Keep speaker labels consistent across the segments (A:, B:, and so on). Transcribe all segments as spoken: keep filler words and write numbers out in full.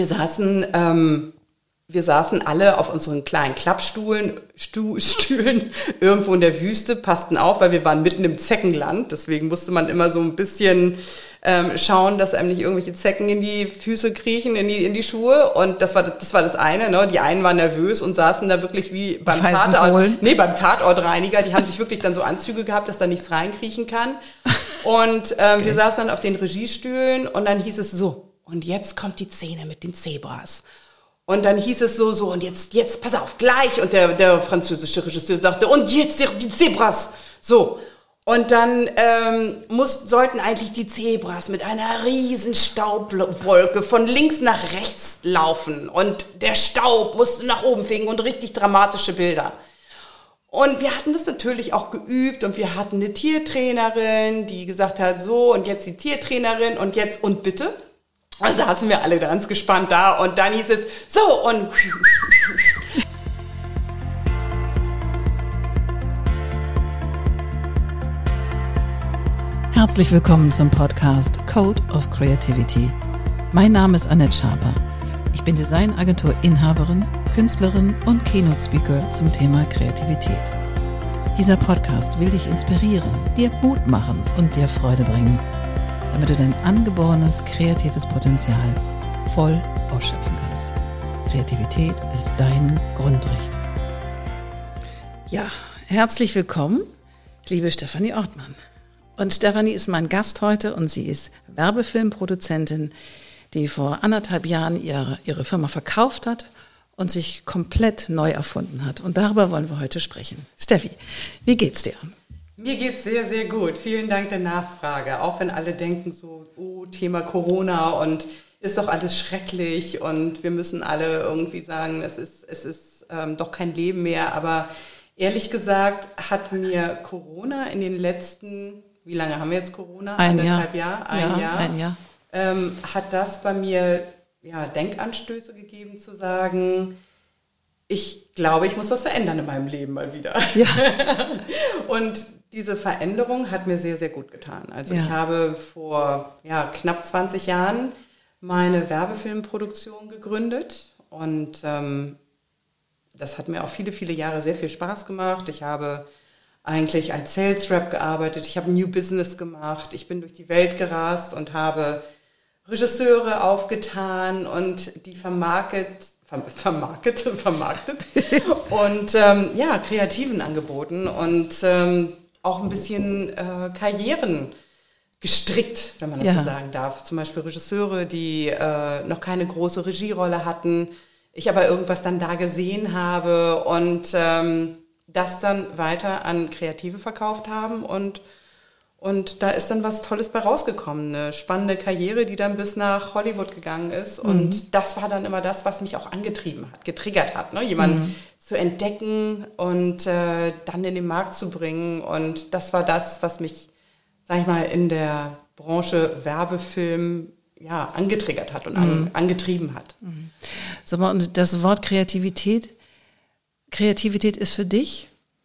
A: Wir saßen, ähm, wir saßen alle auf unseren kleinen Klappstühlen, Stu- Stühlen irgendwo in der Wüste, passten auf, weil wir waren mitten im Zeckenland. Deswegen musste man immer so ein bisschen ähm, schauen, dass einem nicht irgendwelche Zecken in die Füße kriechen, in die, in die Schuhe. Und das war, das war das eine. Ne? Die einen waren nervös und saßen da wirklich wie beim Tatort, nee, beim Tatortreiniger. Die haben sich wirklich dann so Anzüge gehabt, dass da nichts reinkriechen kann. Und ähm, okay. wir saßen dann auf den Regiestühlen und dann hieß es so, und jetzt kommt die Szene mit den Zebras. Und dann hieß es so, so, und jetzt, jetzt, pass auf, gleich. Und der, der französische Regisseur sagte, und jetzt die Zebras. So. Und dann ähm, muss, sollten eigentlich die Zebras mit einer riesen Staubwolke von links nach rechts laufen. Und der Staub musste nach oben fegen und richtig dramatische Bilder. Und wir hatten das natürlich auch geübt und wir hatten eine Tiertrainerin, die gesagt hat, so, und jetzt die Tiertrainerin und jetzt, und bitte? Da saßen wir alle ganz gespannt da und dann hieß es, so, und
B: Herzlich willkommen zum Podcast Code of Creativity. Mein Name ist Annette Schaper. Ich bin Designagentur-Inhaberin, Künstlerin und Keynote-Speaker zum Thema Kreativität. Dieser Podcast will dich inspirieren, dir Mut machen und dir Freude bringen, damit du dein angeborenes kreatives Potenzial voll ausschöpfen kannst. Kreativität ist dein Grundrecht. Ja, herzlich willkommen, liebe Stefanie Ortmann. Und Stefanie ist mein Gast heute und sie ist Werbefilmproduzentin, die vor anderthalb Jahren ihre, ihre Firma verkauft hat und sich komplett neu erfunden hat. Und darüber wollen wir heute sprechen. Steffi, wie geht's dir?
A: Mir geht's sehr, sehr gut. Vielen Dank der Nachfrage. Auch wenn alle denken so, oh, Thema Corona und ist doch alles schrecklich und wir müssen alle irgendwie sagen, es ist, es ist ähm, doch kein Leben mehr. Aber ehrlich gesagt hat mir Corona in den letzten, wie lange haben wir jetzt Corona?
B: Ein
A: Eineinhalb
B: Jahr.
A: Jahr? Ein
B: ja,
A: Jahr.
B: Ein Jahr.
A: Ähm, hat das bei mir ja, Denkanstöße gegeben, zu sagen, ich glaube, ich muss was verändern in meinem Leben mal wieder.
B: Ja.
A: Und diese Veränderung hat mir sehr, sehr gut getan. Also
B: ja.
A: ich habe vor ja, knapp zwanzig Jahren meine Werbefilmproduktion gegründet und ähm, das hat mir auch viele, viele Jahre sehr viel Spaß gemacht. Ich habe eigentlich als Sales Rep gearbeitet, ich habe New Business gemacht, ich bin durch die Welt gerast und habe Regisseure aufgetan und die vermarktet, ver, vermarktet, vermarktet und ähm, ja, Kreativen angeboten und ähm, auch ein bisschen äh, Karrieren gestrickt, wenn man das ja. so sagen darf. Zum Beispiel Regisseure, die äh, noch keine große Regierolle hatten, ich aber irgendwas dann da gesehen habe und ähm, das dann weiter an Kreative verkauft haben und Und da ist dann was Tolles bei rausgekommen, eine spannende Karriere, die dann bis nach Hollywood gegangen ist. Und mhm. das war dann immer das, was mich auch angetrieben hat, getriggert hat, ne? Jemanden mhm. zu entdecken und äh, dann in den Markt zu bringen. Und das war das, was mich, sag ich mal, in der Branche Werbefilm ja, angetriggert hat und mhm. an, angetrieben hat.
B: Mhm. Sag mal, und das Wort Kreativität, Kreativität ist für dich?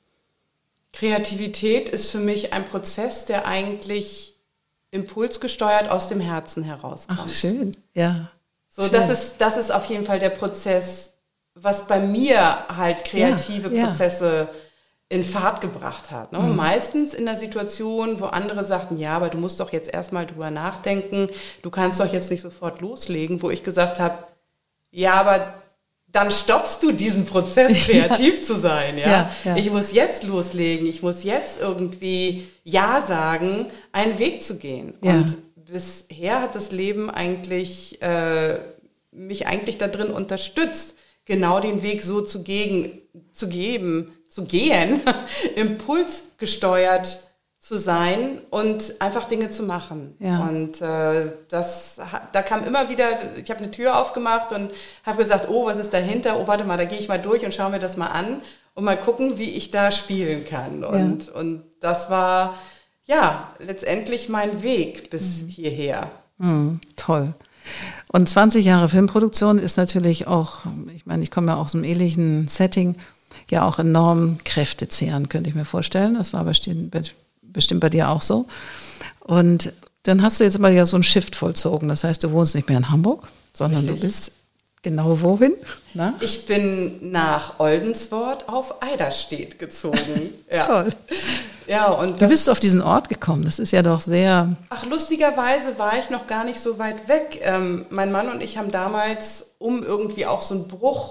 A: Kreativität ist für mich ein Prozess, der eigentlich impulsgesteuert aus dem Herzen herauskommt.
B: Ach, schön, ja.
A: So,
B: schön.
A: das ist, das ist auf jeden Fall der Prozess, was bei mir halt kreative ja, Prozesse ja. in Fahrt gebracht hat. Ne? Mhm. Meistens in der Situation, wo andere sagten, ja, aber du musst doch jetzt erstmal drüber nachdenken, du kannst doch jetzt nicht sofort loslegen, wo ich gesagt habe, ja, aber dann stoppst du diesen Prozess, kreativ ja. zu sein. Ja? Ja, ja. Ich muss jetzt loslegen, ich muss jetzt irgendwie Ja sagen, einen Weg zu gehen. Ja. Und bisher hat das Leben eigentlich äh, mich eigentlich da drin unterstützt, genau den Weg so zu, gegen, zu geben, zu gehen, impulsgesteuert zu sein und einfach Dinge zu machen. Ja. Und äh, das, da kam immer wieder, ich habe eine Tür aufgemacht und habe gesagt, oh, was ist dahinter? Oh, warte mal, da gehe ich mal durch und schaue mir das mal an und mal gucken, wie ich da spielen kann. Und, ja. und das war, ja, letztendlich mein Weg bis mhm. hierher.
B: Mhm, toll. Und zwanzig Jahre Filmproduktion ist natürlich auch, ich meine, ich komme ja aus einem ähnlichen Setting, ja auch enorm kräftezehrend, könnte ich mir vorstellen. Das war bestimmt, bestimmt bei dir auch so. Und dann hast du jetzt aber ja so einen Shift vollzogen. Das heißt, du wohnst nicht mehr in Hamburg, sondern Richtig. Du bist Genau wohin? Na?
A: Ich bin nach Oldenswort auf Eiderstedt gezogen. Ja.
B: Toll.
A: Ja, und
B: Wie
A: das,
B: bist du auf diesen Ort gekommen? Das ist ja doch sehr...
A: Ach, lustigerweise war ich noch gar nicht so weit weg. Ähm, mein Mann und ich haben damals, um irgendwie auch so einen Bruch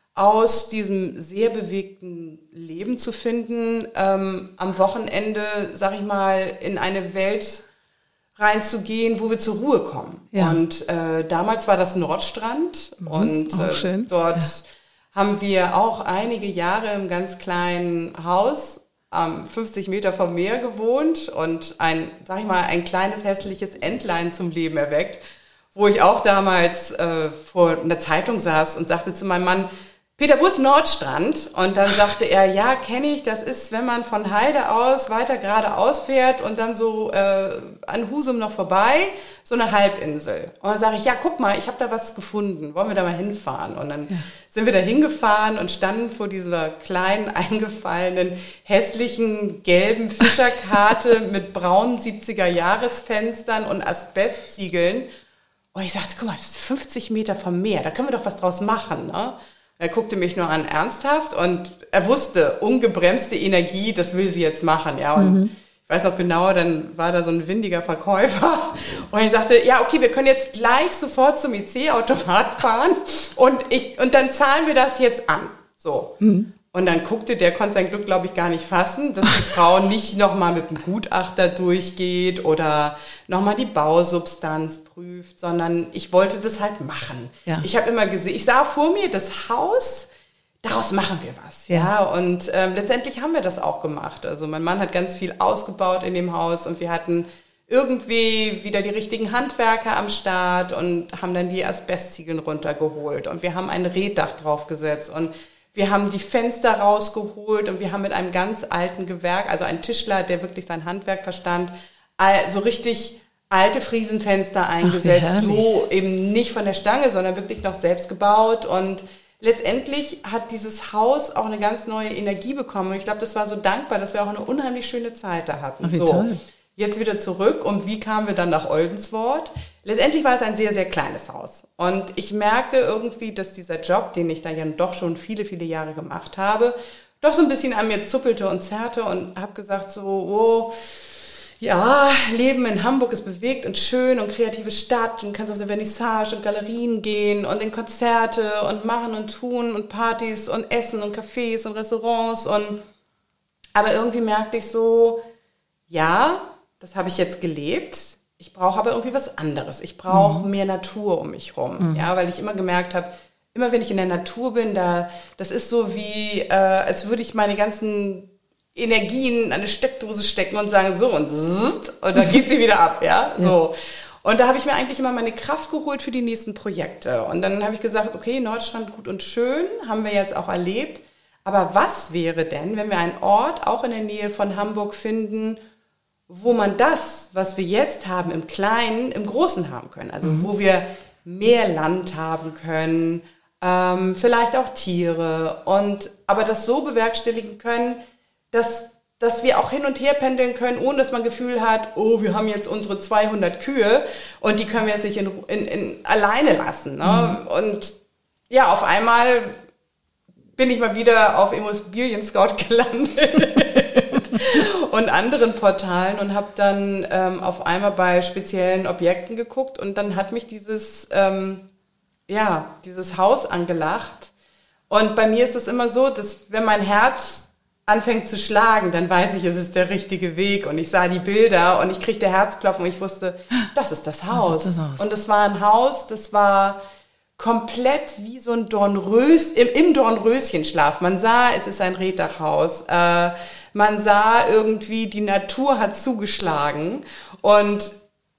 A: aus diesem sehr bewegten Leben zu finden, ähm, am Wochenende, sag ich mal, in eine Welt reinzugehen, wo wir zur Ruhe kommen.
B: Ja.
A: Und äh, damals war das Nordstrand
B: Mhm,
A: und
B: auch
A: äh,
B: schön.
A: dort
B: Ja.
A: haben wir auch einige Jahre im ganz kleinen Haus am fünfzig Meter vom Meer gewohnt und ein, sag ich mal, ein kleines hässliches Entlein zum Leben erweckt, wo ich auch damals äh, vor einer Zeitung saß und sagte zu meinem Mann, Peter, wo ist Nordstrand? Und dann sagte er, ja, kenne ich, das ist, wenn man von Heide aus weiter geradeaus fährt und dann so äh, an Husum noch vorbei, so eine Halbinsel. Und dann sage ich, ja, guck mal, ich habe da was gefunden, wollen wir da mal hinfahren? Und dann ja. sind wir da hingefahren und standen vor dieser kleinen, eingefallenen, hässlichen, gelben Fischerkarte mit braunen siebziger-Jahresfenstern und Asbestziegeln. Und ich sagte, guck mal, das ist fünfzig Meter vom Meer, da können wir doch was draus machen, ne? Er guckte mich nur an, ernsthaft, und er wusste, ungebremste Energie, das will sie jetzt machen, ja. Und mhm. ich weiß noch genau, dann war da so ein windiger Verkäufer und ich sagte, ja, okay, wir können jetzt gleich sofort zum I C-Automat fahren und ich und dann zahlen wir das jetzt an, so. Mhm. Und dann guckte, der konnte sein Glück, glaube ich, gar nicht fassen, dass die Frau nicht nochmal mit dem Gutachter durchgeht oder nochmal die Bausubstanz prüft, sondern ich wollte das halt machen. Ja. Ich habe immer gesehen, ich sah vor mir das Haus, daraus machen wir was. Ja. ja und ähm, letztendlich haben wir das auch gemacht. Also mein Mann hat ganz viel ausgebaut in dem Haus und wir hatten irgendwie wieder die richtigen Handwerker am Start und haben dann die Asbestziegeln runtergeholt und wir haben ein Rehdach draufgesetzt und wir haben die Fenster rausgeholt und wir haben mit einem ganz alten Gewerk, also ein Tischler, der wirklich sein Handwerk verstand, so richtig alte Friesenfenster eingesetzt, Ach, so eben nicht von der Stange, sondern wirklich noch selbst gebaut. Und letztendlich hat dieses Haus auch eine ganz neue Energie bekommen. Und ich glaube, das war so dankbar, dass wir auch eine unheimlich schöne Zeit da hatten.
B: Ach, wie
A: so.
B: toll.
A: Jetzt wieder zurück. Und wie kamen wir dann nach Oldenswort? Letztendlich war es ein sehr, sehr kleines Haus. Und ich merkte irgendwie, dass dieser Job, den ich da ja doch schon viele, viele Jahre gemacht habe, doch so ein bisschen an mir zuppelte und zerrte und habe gesagt so, oh, ja, Leben in Hamburg ist bewegt und schön und kreative Stadt und kannst auf eine Vernissage und Galerien gehen und in Konzerte und machen und tun und Partys und Essen und Cafés und Restaurants. Und aber irgendwie merkte ich so, ja, das habe ich jetzt gelebt. Ich brauche aber irgendwie was anderes. Ich brauche mhm. mehr Natur um mich rum. Mhm. Ja, weil ich immer gemerkt habe, immer wenn ich in der Natur bin, da, das ist so wie, äh, als würde ich meine ganzen Energien in eine Steckdose stecken und sagen, so, und zzzt, und dann geht sie wieder ab, ja, so. Und da habe ich mir eigentlich immer meine Kraft geholt für die nächsten Projekte. Und dann habe ich gesagt, okay, Nordstrand gut und schön, haben wir jetzt auch erlebt. Aber was wäre denn, wenn wir einen Ort auch in der Nähe von Hamburg finden, wo man das, was wir jetzt haben, im Kleinen, im Großen haben können? Also mhm. wo wir mehr Land haben können, ähm, vielleicht auch Tiere, und aber das so bewerkstelligen können, dass, dass wir auch hin und her pendeln können, ohne dass man Gefühl hat, oh, wir haben jetzt unsere zweihundert Kühe und die können wir jetzt nicht in, in, in alleine lassen. Ne? Mhm. Und ja, auf einmal bin ich mal wieder auf Immobilien Scout gelandet und anderen Portalen und habe dann ähm, auf einmal bei speziellen Objekten geguckt und dann hat mich dieses, ähm, ja, dieses Haus angelacht. Und bei mir ist es immer so, dass wenn mein Herz anfängt zu schlagen, dann weiß ich, es ist der richtige Weg. Und ich sah die Bilder und ich kriegte Herzklopfen und ich wusste, das ist das Haus. Das ist das Haus. Und es war ein Haus, das war komplett wie so ein Dornrös, im, im Dornröschenschlaf. Man sah, es ist ein Rehdachhaus. Äh, man sah irgendwie, die Natur hat zugeschlagen. Und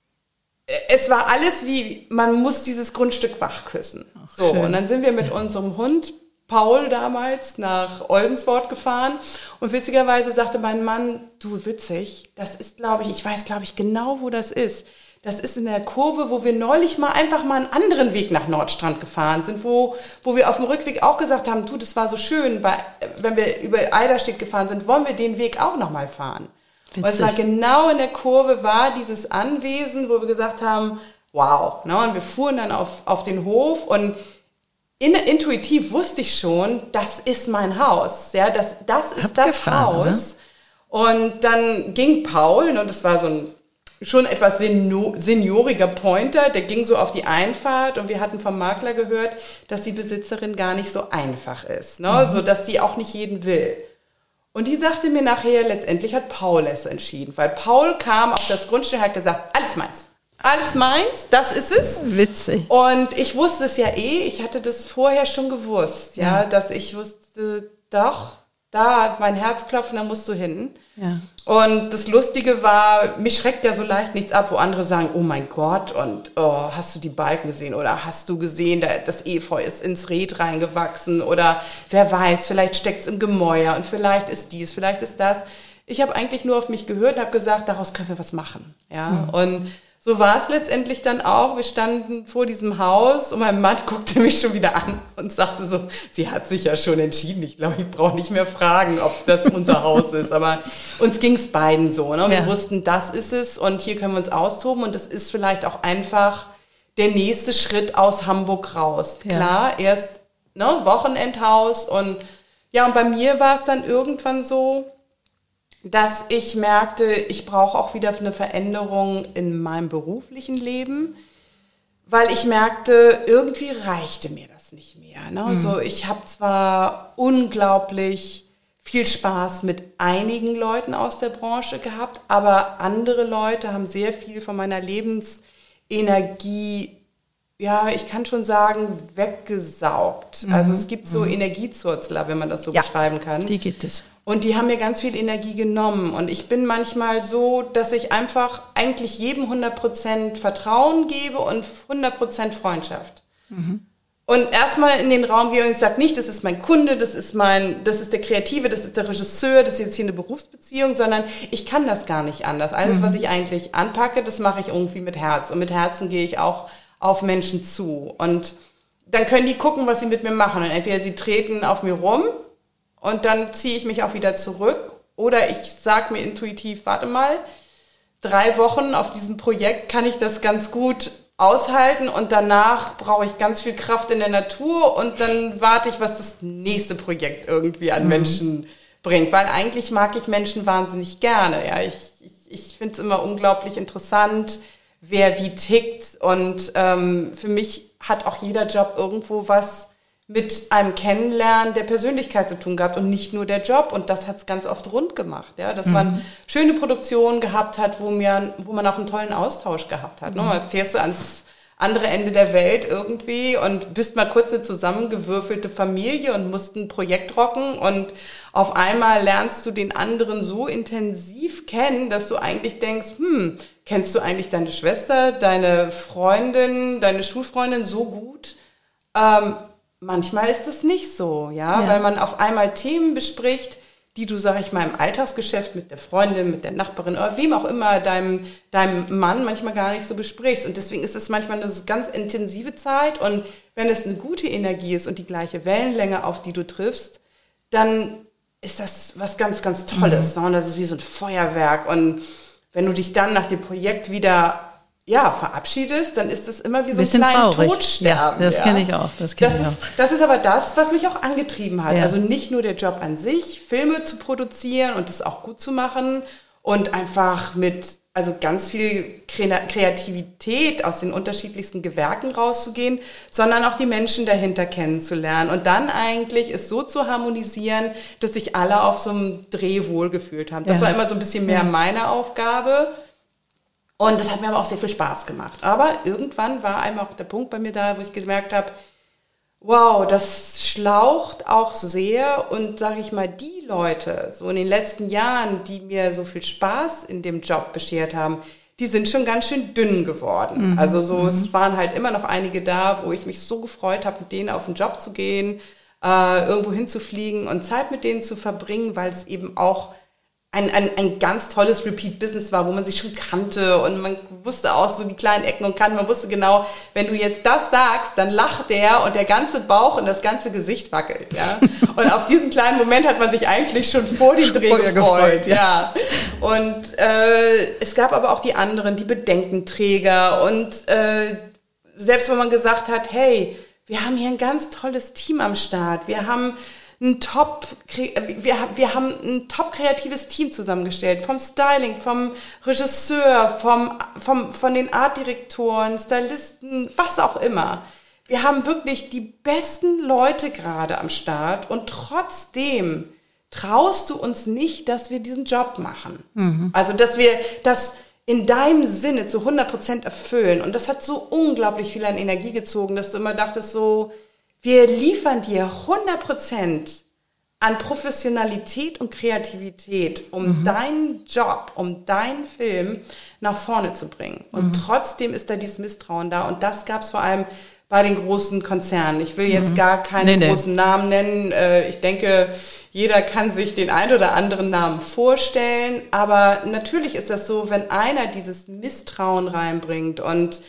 A: es war alles wie, man muss dieses Grundstück wachküssen. Ach, so, schön. Und dann sind wir mit unserem Hund Paul damals nach Oldenswort gefahren und witzigerweise sagte mein Mann, du witzig, das ist, glaube ich, ich weiß, glaube ich, genau, wo das ist. Das ist in der Kurve, wo wir neulich mal einfach mal einen anderen Weg nach Nordstrand gefahren sind, wo, wo wir auf dem Rückweg auch gesagt haben, du, das war so schön, weil, wenn wir über Eiderstedt gefahren sind, wollen wir den Weg auch nochmal fahren. Witzig. Und es war genau in der Kurve, war dieses Anwesen, wo wir gesagt haben, wow. Ne? Und wir fuhren dann auf, auf den Hof und in, intuitiv wusste ich schon, das ist mein Haus. Ja, das, das ist das Haus. Oder? Und dann ging Paul, und das war so ein schon etwas senioriger Pointer, der ging so auf die Einfahrt und wir hatten vom Makler gehört, dass die Besitzerin gar nicht so einfach ist, ne? Mhm. So dass sie auch nicht jeden will. Und die sagte mir nachher, letztendlich hat Paul es entschieden, weil Paul kam auf das Grundstück und hat gesagt, alles meins. Alles meins, das ist es.
B: Witzig.
A: Und ich wusste es ja eh, ich hatte das vorher schon gewusst, ja, ja. dass ich wusste, doch, da mein Herz klopfen, da musst du hin. Ja. Und das Lustige war, mich schreckt ja so leicht nichts ab, wo andere sagen, oh mein Gott, und oh, hast du die Balken gesehen oder hast du gesehen, das Efeu ist ins Reet reingewachsen oder wer weiß, vielleicht steckt es im Gemäuer und vielleicht ist dies, vielleicht ist das. Ich habe eigentlich nur auf mich gehört und habe gesagt, daraus können wir was machen. Ja? Mhm. Und so war es letztendlich dann auch. Wir standen vor diesem Haus und mein Mann guckte mich schon wieder an und sagte so, sie hat sich ja schon entschieden. Ich glaube, ich brauche nicht mehr fragen, ob das unser Haus ist. Aber uns ging es beiden so. Ne? Wir ja. wussten, das ist es und hier können wir uns austoben. Und das ist vielleicht auch einfach der nächste Schritt aus Hamburg raus. Ja. Klar, erst ne, Wochenendhaus. Und ja, und bei mir war es dann irgendwann so, dass ich merkte, ich brauche auch wieder eine Veränderung in meinem beruflichen Leben, weil ich merkte, irgendwie reichte mir das nicht mehr. Ne? Mhm. So, ich habe zwar unglaublich viel Spaß mit einigen Leuten aus der Branche gehabt, aber andere Leute haben sehr viel von meiner Lebensenergie, ja, ich kann schon sagen, weggesaugt. Mhm. Also es gibt so mhm. Energiezurzler, wenn man das so ja, beschreiben kann.
B: Die gibt es.
A: Und die haben mir ganz viel Energie genommen. Und ich bin manchmal so, dass ich einfach eigentlich jedem hundert Prozent Vertrauen gebe und hundert Prozent Freundschaft. Mhm. Und erstmal in den Raum gehe und ich sage nicht, das ist mein Kunde, das ist mein, das ist der Kreative, das ist der Regisseur, das ist jetzt hier eine Berufsbeziehung, sondern ich kann das gar nicht anders. Alles, mhm. was ich eigentlich anpacke, das mache ich irgendwie mit Herz. Und mit Herzen gehe ich auch auf Menschen zu. Und dann können die gucken, was sie mit mir machen. Und entweder sie treten auf mir rum, und dann ziehe ich mich auch wieder zurück. Oder ich sage mir intuitiv, warte mal, drei Wochen auf diesem Projekt kann ich das ganz gut aushalten und danach brauche ich ganz viel Kraft in der Natur und dann warte ich, was das nächste Projekt irgendwie an mhm. Menschen bringt. Weil eigentlich mag ich Menschen wahnsinnig gerne. Ja, ich, ich, ich finde es immer unglaublich interessant, wer wie tickt. Und ähm, für mich hat auch jeder Job irgendwo was mit einem Kennenlernen der Persönlichkeit zu tun gehabt und nicht nur der Job. Und das hat es ganz oft rund gemacht, ja, dass mhm. man schöne Produktionen gehabt hat, wo, mir, wo man auch einen tollen Austausch gehabt hat. Mhm. Mal fährst du ans andere Ende der Welt irgendwie und bist mal kurz eine zusammengewürfelte Familie und musst ein Projekt rocken und auf einmal lernst du den anderen so intensiv kennen, dass du eigentlich denkst, hm, kennst du eigentlich deine Schwester, deine Freundin, deine Schulfreundin so gut? Ähm, Manchmal ist es nicht so, ja? ja, weil man auf einmal Themen bespricht, die du, sag ich mal, im Alltagsgeschäft mit der Freundin, mit der Nachbarin oder wem auch immer, deinem, deinem Mann manchmal gar nicht so besprichst. Und deswegen ist es manchmal eine ganz intensive Zeit. Und wenn es eine gute Energie ist und die gleiche Wellenlänge, auf die du triffst, dann ist das was ganz, ganz Tolles. Mhm. Ne? Und das ist wie so ein Feuerwerk. Und wenn du dich dann nach dem Projekt wieder ja, verabschiedest, dann ist es immer wie so ein kleines Todsterben.
B: Ja, das ja. kenne ich auch. Das, kenn
A: das,
B: ich
A: ist,
B: auch.
A: das ist aber das, was mich auch angetrieben hat.
B: Ja.
A: Also nicht nur der Job an sich, Filme zu produzieren und das auch gut zu machen und einfach mit also ganz viel Kreativität aus den unterschiedlichsten Gewerken rauszugehen, sondern auch die Menschen dahinter kennenzulernen und dann eigentlich es so zu harmonisieren, dass sich alle auf so einem Dreh wohlgefühlt haben. Das ja. war immer so ein bisschen mehr ja. meine Aufgabe. Und das hat mir aber auch sehr viel Spaß gemacht. Aber irgendwann war einmal auch der Punkt bei mir da, wo ich gemerkt habe, wow, das schlaucht auch sehr. Und sage ich mal, die Leute, so in den letzten Jahren, die mir so viel Spaß in dem Job beschert haben, die sind schon ganz schön dünn geworden. Mhm. Also so, mhm. es waren halt immer noch einige da, wo ich mich so gefreut habe, mit denen auf den Job zu gehen, äh, irgendwo hinzufliegen und Zeit mit denen zu verbringen, weil es eben auch Ein, ein, ein ganz tolles Repeat-Business war, wo man sich schon kannte und man wusste auch so die kleinen Ecken und Kanten. Man wusste genau, wenn du jetzt das sagst, dann lacht der und der ganze Bauch und das ganze Gesicht wackelt. Ja? Und auf diesen kleinen Moment hat man sich eigentlich schon vor dem Dreh gefreut. gefreut ja. Und äh, es gab aber auch die anderen, die Bedenkenträger und äh, selbst wenn man gesagt hat, hey, wir haben hier ein ganz tolles Team am Start. Wir haben ein top, wir, wir haben ein top kreatives Team zusammengestellt. Vom Styling, vom Regisseur, vom, vom, von den Artdirektoren, Stylisten, was auch immer. Wir haben wirklich die besten Leute gerade am Start und trotzdem traust du uns nicht, dass wir diesen Job machen. Mhm. Also, dass wir das in deinem Sinne zu hundert Prozent erfüllen. Und das hat so unglaublich viel an Energie gezogen, dass du immer dachtest so, wir liefern dir hundert Prozent an Professionalität und Kreativität, um mhm. deinen Job, um deinen Film nach vorne zu bringen. Und mhm. trotzdem ist da dieses Misstrauen da. Und das gab es vor allem bei den großen Konzernen. Ich will jetzt gar keine nee, großen nee. Namen nennen. Ich denke, jeder kann sich den einen oder anderen Namen vorstellen. Aber natürlich ist das so, wenn einer dieses Misstrauen reinbringt und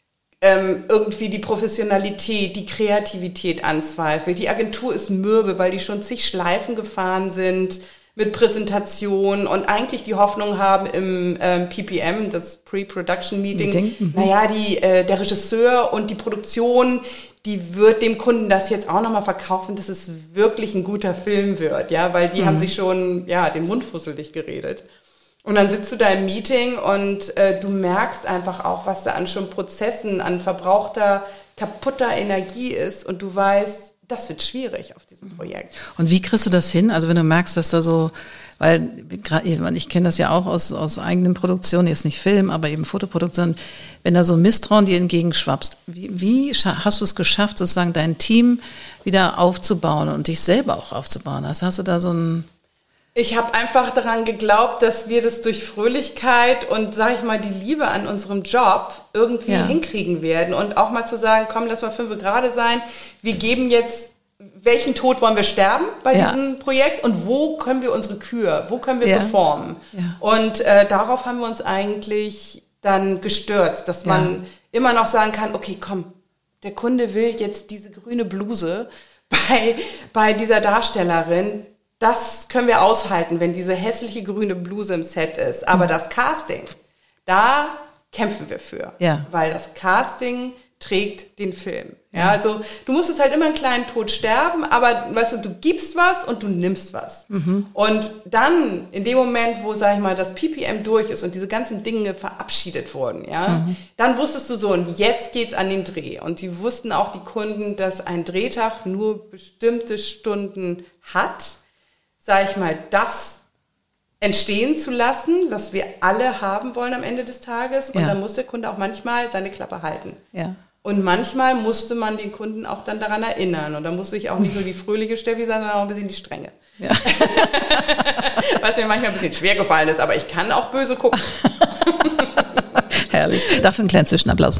A: ähm, irgendwie die Professionalität, die Kreativität anzweifelt. Die Agentur ist mürbe, weil die schon zig Schleifen gefahren sind mit Präsentation und eigentlich die Hoffnung haben im ähm, P P M, das Pre-Production-Meeting, Meeting. naja, die, äh, der Regisseur und die Produktion, die wird dem Kunden das jetzt auch nochmal verkaufen, dass es wirklich ein guter Film wird, ja, weil die mhm. haben sich schon, ja, den Mund fusselig geredet. Und dann sitzt du da im Meeting und äh, du merkst einfach auch, was da an schon Prozessen, an verbrauchter, kaputter Energie ist und du weißt, das wird schwierig auf diesem Projekt.
B: Und wie kriegst du das hin? Also wenn du merkst, dass da so, weil ich kenne das ja auch aus, aus eigenen Produktionen, jetzt nicht Film, aber eben Fotoproduktion, wenn da so Misstrauen dir entgegenschwappst, wie, wie hast du es geschafft, sozusagen dein Team wieder aufzubauen und dich selber auch aufzubauen? Also hast du da so ein...
A: Ich habe einfach daran geglaubt, dass wir das durch Fröhlichkeit und, sag ich mal, die Liebe an unserem Job irgendwie ja. hinkriegen werden. Und auch mal zu sagen, komm, lass mal fünf gerade sein. Wir geben jetzt, welchen Tod wollen wir sterben bei ja. diesem Projekt? Und wo können wir unsere Kür, wo können wir ja. performen? Ja. Und äh, darauf haben wir uns eigentlich dann gestürzt, dass man ja. immer noch sagen kann, okay, komm, der Kunde will jetzt diese grüne Bluse bei, bei dieser Darstellerin. Das können wir aushalten, wenn diese hässliche grüne Bluse im Set ist. Aber mhm. das Casting, da kämpfen wir für. Ja. Weil das Casting trägt den Film. Ja, ja, also du musst es halt immer einen kleinen Tod sterben, aber weißt du, du gibst was und du nimmst was. Mhm. Und dann, in dem Moment, wo, sag ich mal, das P P M durch ist und diese ganzen Dinge verabschiedet wurden, ja, mhm. dann wusstest du so, und jetzt geht's an den Dreh. Und die wussten auch, die Kunden, dass ein Drehtag nur bestimmte Stunden hat, sag ich mal, das entstehen zu lassen, was wir alle haben wollen am Ende des Tages. Und ja. dann muss der Kunde auch manchmal seine Klappe halten. Ja. Und manchmal musste man den Kunden auch dann daran erinnern. Und da musste ich auch nicht nur die fröhliche Steffi sein, sondern auch ein bisschen die strenge. Ja. Was mir manchmal ein bisschen schwer gefallen ist, aber ich kann auch böse gucken.
B: Herrlich. Dafür einen kleinen Zwischenapplaus.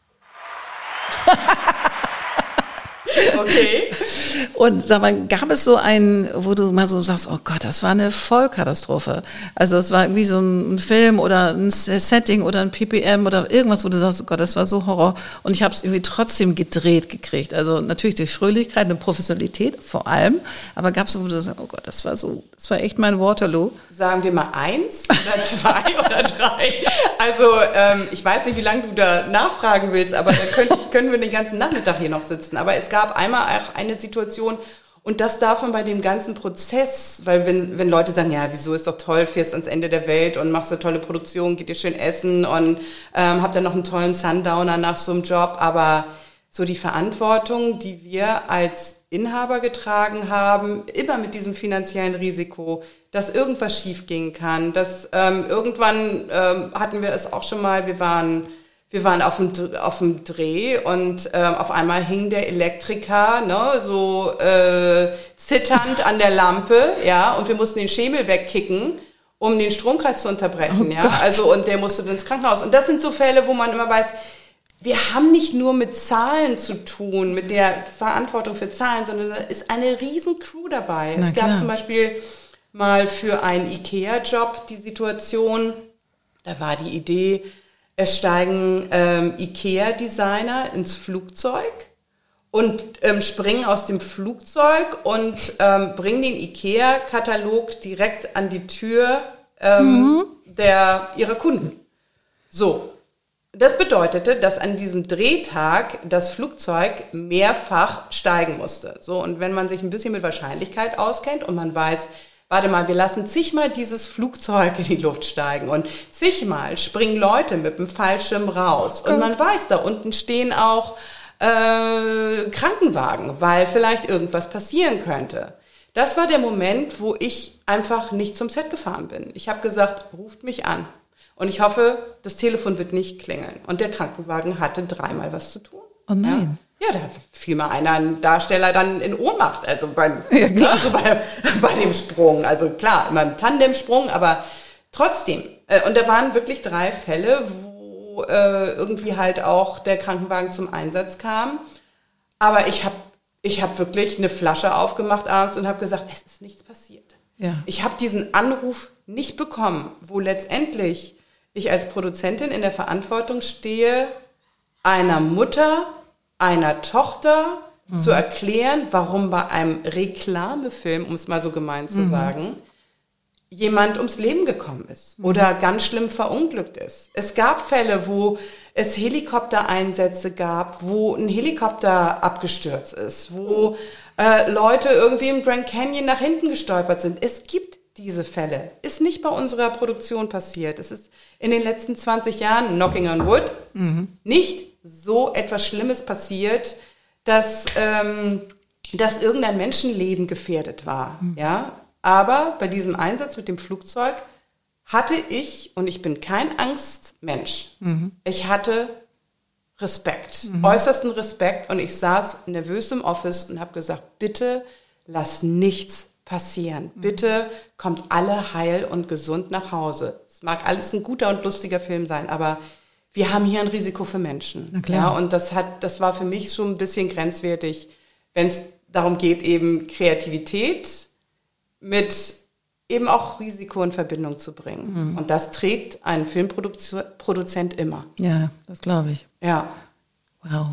A: Okay.
B: Und sag mal, gab es so einen, wo du mal so sagst, oh Gott, das war eine Vollkatastrophe. Also es war irgendwie so ein Film oder ein Setting oder ein P P M oder irgendwas, wo du sagst, oh Gott, das war so Horror. Und ich habe es irgendwie trotzdem gedreht gekriegt. Also natürlich durch Fröhlichkeit und Professionalität vor allem. Aber gab es so, wo du sagst, oh Gott, das war so, das war echt mein Waterloo.
A: Sagen wir mal eins oder zwei oder drei. Also ähm, ich weiß nicht, wie lange du da nachfragen willst, aber da können, können wir den ganzen Nachmittag hier noch sitzen. Aber es gab einmal auch eine Situation, und das darf man bei dem ganzen Prozess, weil wenn, wenn Leute sagen, ja, wieso, ist doch toll, fährst ans Ende der Welt und machst eine tolle Produktion, geht dir schön essen und ähm, habt dann noch einen tollen Sundowner nach so einem Job, aber so die Verantwortung, die wir als Inhaber getragen haben, immer mit diesem finanziellen Risiko, dass irgendwas schief gehen kann, dass ähm, irgendwann ähm, hatten wir es auch schon mal, wir waren Wir waren auf dem, auf dem Dreh und ähm, auf einmal hing der Elektriker ne, so äh, zitternd an der Lampe, ja, und wir mussten den Schemel wegkicken, um den Stromkreis zu unterbrechen, oh ja. Gott. Also und der musste ins Krankenhaus. Und das sind so Fälle, wo man immer weiß, wir haben nicht nur mit Zahlen zu tun, mit der Verantwortung für Zahlen, sondern da ist eine riesen Crew dabei. Na, es gab klar. zum Beispiel mal für einen IKEA-Job die Situation, da war die Idee, es steigen ähm, IKEA-Designer ins Flugzeug und ähm, springen aus dem Flugzeug und ähm, bringen den IKEA-Katalog direkt an die Tür ähm, mhm. der ihrer Kunden. So. Das bedeutete, dass an diesem Drehtag das Flugzeug mehrfach steigen musste. So, und wenn man sich ein bisschen mit Wahrscheinlichkeit auskennt und man weiß, warte mal, wir lassen zigmal dieses Flugzeug in die Luft steigen und zigmal springen Leute mit dem Fallschirm raus. Und man weiß, da unten stehen auch äh, Krankenwagen, weil vielleicht irgendwas passieren könnte. Das war der Moment, wo ich einfach nicht zum Set gefahren bin. Ich habe gesagt, ruft mich an. Und ich hoffe, das Telefon wird nicht klingeln. Und der Krankenwagen hatte dreimal was zu tun.
B: Oh nein.
A: Ja, ja, da fiel mal einer, ein Darsteller dann in Ohnmacht, also beim, ja, klar. Also bei, bei dem Sprung. Also klar, immer im Tandemsprung, aber trotzdem. Und da waren wirklich drei Fälle, wo äh, irgendwie halt auch der Krankenwagen zum Einsatz kam. Aber ich habe ich hab wirklich eine Flasche aufgemacht abends und habe gesagt, es ist nichts passiert. Ja. Ich habe diesen Anruf nicht bekommen, wo letztendlich ich als Produzentin in der Verantwortung stehe, einer Mutter, einer Tochter mhm. zu erklären, warum bei einem Reklamefilm, um es mal so gemein zu mhm. sagen, jemand ums Leben gekommen ist mhm. oder ganz schlimm verunglückt ist. Es gab Fälle, wo es Helikoptereinsätze gab, wo ein Helikopter abgestürzt ist, wo äh, Leute irgendwie im Grand Canyon nach hinten gestolpert sind. Es gibt diese Fälle. Ist nicht bei unserer Produktion passiert. Es ist in den letzten zwanzig Jahren, knocking on wood, mhm. nicht so etwas Schlimmes passiert, dass, ähm, dass irgendein Menschenleben gefährdet war. Mhm. Ja? Aber bei diesem Einsatz mit dem Flugzeug hatte ich, und ich bin kein Angstmensch, mhm. ich hatte Respekt, mhm. äußersten Respekt, und ich saß nervös im Office und habe gesagt, bitte lass nichts passieren. Mhm. Bitte kommt alle heil und gesund nach Hause. Es mag alles ein guter und lustiger Film sein, aber wir haben hier ein Risiko für Menschen. Na klar. Ja, und das hat, das war für mich schon ein bisschen grenzwertig, wenn es darum geht, eben Kreativität mit eben auch Risiko in Verbindung zu bringen. Mhm. Und das trägt ein Filmproduzent immer.
B: Ja, das glaube ich.
A: Ja.
B: Wow.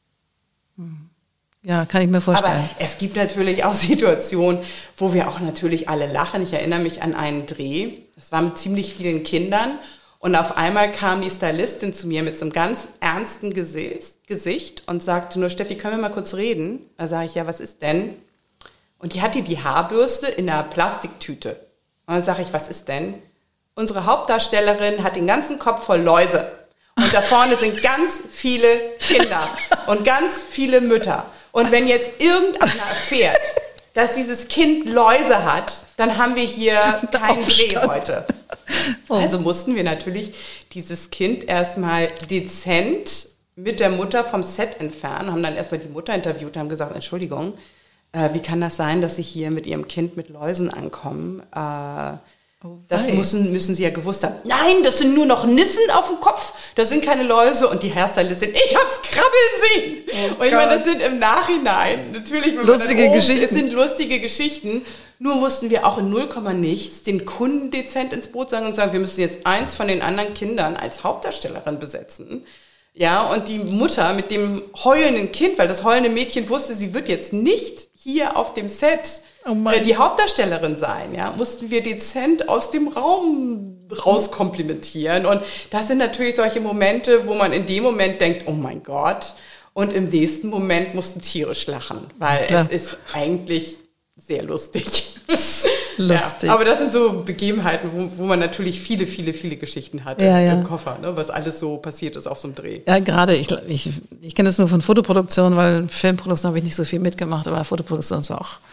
B: Mhm. Ja, kann ich mir vorstellen.
A: Aber es gibt natürlich auch Situationen, wo wir auch natürlich alle lachen. Ich erinnere mich an einen Dreh. Das war mit ziemlich vielen Kindern. Und auf einmal kam die Stylistin zu mir mit so einem ganz ernsten Gesicht und sagte nur, Steffi, können wir mal kurz reden? Da sage ich, ja, was ist denn? Und die hatte die Haarbürste in einer Plastiktüte. Und dann sage ich, was ist denn? Unsere Hauptdarstellerin hat den ganzen Kopf voll Läuse. Und da vorne sind ganz viele Kinder und ganz viele Mütter. Und wenn jetzt irgendeiner erfährt, dass dieses Kind Läuse hat, dann haben wir hier keinen Dreh heute. Oh. Also mussten wir natürlich dieses Kind erstmal dezent mit der Mutter vom Set entfernen, haben dann erstmal die Mutter interviewt und haben gesagt, Entschuldigung, äh, wie kann das sein, dass Sie hier mit Ihrem Kind mit Läusen ankommen? Äh, oh, das müssen, müssen Sie ja gewusst haben. Nein, das sind nur noch Nissen auf dem Kopf, das sind keine Läuse. Und die Hairstylistin, ich hab's krabbeln sehen. Oh, und ich meine, das sind im Nachhinein, natürlich, wenn
B: lustige
A: man dann, oh,
B: Geschichten.
A: Es sind lustige Geschichten. Nur mussten wir auch in null Komma nichts den Kunden dezent ins Boot sagen und sagen, wir müssen jetzt eins von den anderen Kindern als Hauptdarstellerin besetzen. Ja, und die Mutter mit dem heulenden Kind, weil das heulende Mädchen wusste, sie wird jetzt nicht hier auf dem Set oh äh, die Hauptdarstellerin sein, ja, mussten wir dezent aus dem Raum rauskomplimentieren. Und das sind natürlich solche Momente, wo man in dem Moment denkt, oh mein Gott, und im nächsten Moment mussten tierisch lachen, weil Klar. es ist eigentlich sehr lustig.
B: Lustig.
A: Ja, aber das sind so Begebenheiten, wo, wo man natürlich viele, viele, viele Geschichten hat ja, im ja. Koffer, ne, was alles so passiert ist auf so einem Dreh.
B: Ja, gerade, ich, ich, ich kenne das nur von Fotoproduktion, weil Filmproduktion habe ich nicht so viel mitgemacht, aber Fotoproduktion war auch,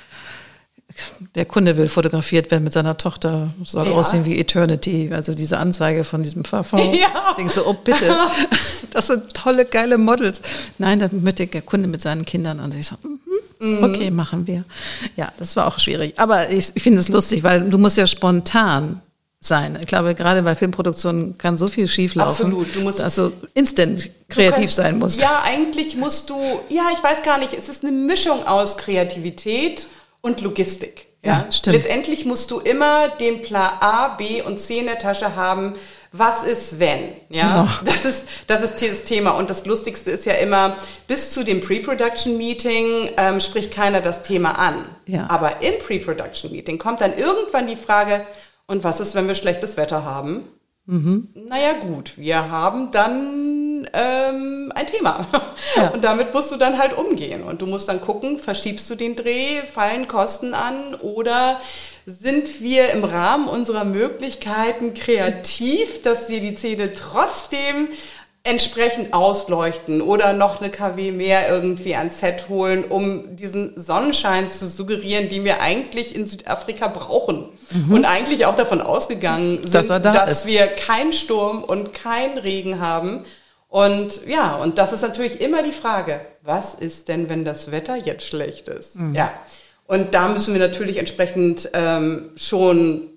B: der Kunde will fotografiert werden mit seiner Tochter, soll ja. aussehen wie Eternity, also diese Anzeige von diesem Parfum. Ja. Denkst du, oh bitte, das sind tolle, geile Models. Nein, da möchte der Kunde mit seinen Kindern an sich sagen, mhm. okay, machen wir. Ja, das war auch schwierig. Aber ich, ich finde es lustig, weil du musst ja spontan sein. Ich glaube, gerade bei Filmproduktionen kann so viel schieflaufen.
A: Absolut. Du musst,
B: dass du instant kreativ kannst, sein musst.
A: Ja, eigentlich musst du, ja, ich weiß gar nicht, es ist eine Mischung aus Kreativität und Logistik. Ja, ja, stimmt. Letztendlich musst du immer den Plan A, B und C in der Tasche haben. Was ist, wenn? Ja, no. das ist, das ist das Thema. Und das Lustigste ist ja immer, bis zu dem Pre-Production-Meeting ähm, spricht keiner das Thema an. Ja. Aber im Pre-Production-Meeting kommt dann irgendwann die Frage, und was ist, wenn wir schlechtes Wetter haben? Mhm. Naja gut, wir haben dann ähm, ein Thema. Ja. Und damit musst du dann halt umgehen. Und du musst dann gucken, verschiebst du den Dreh, fallen Kosten an oder sind wir im Rahmen unserer Möglichkeiten kreativ, dass wir die Szene trotzdem entsprechend ausleuchten oder noch eine K W mehr irgendwie ans Set holen, um diesen Sonnenschein zu suggerieren, den wir eigentlich in Südafrika brauchen. Mhm. Und eigentlich auch davon ausgegangen sind, dass, da dass wir keinen Sturm und keinen Regen haben. Und ja, und das ist natürlich immer die Frage, was ist denn, wenn das Wetter jetzt schlecht ist? Mhm. Ja. Und da müssen wir natürlich entsprechend ähm, schon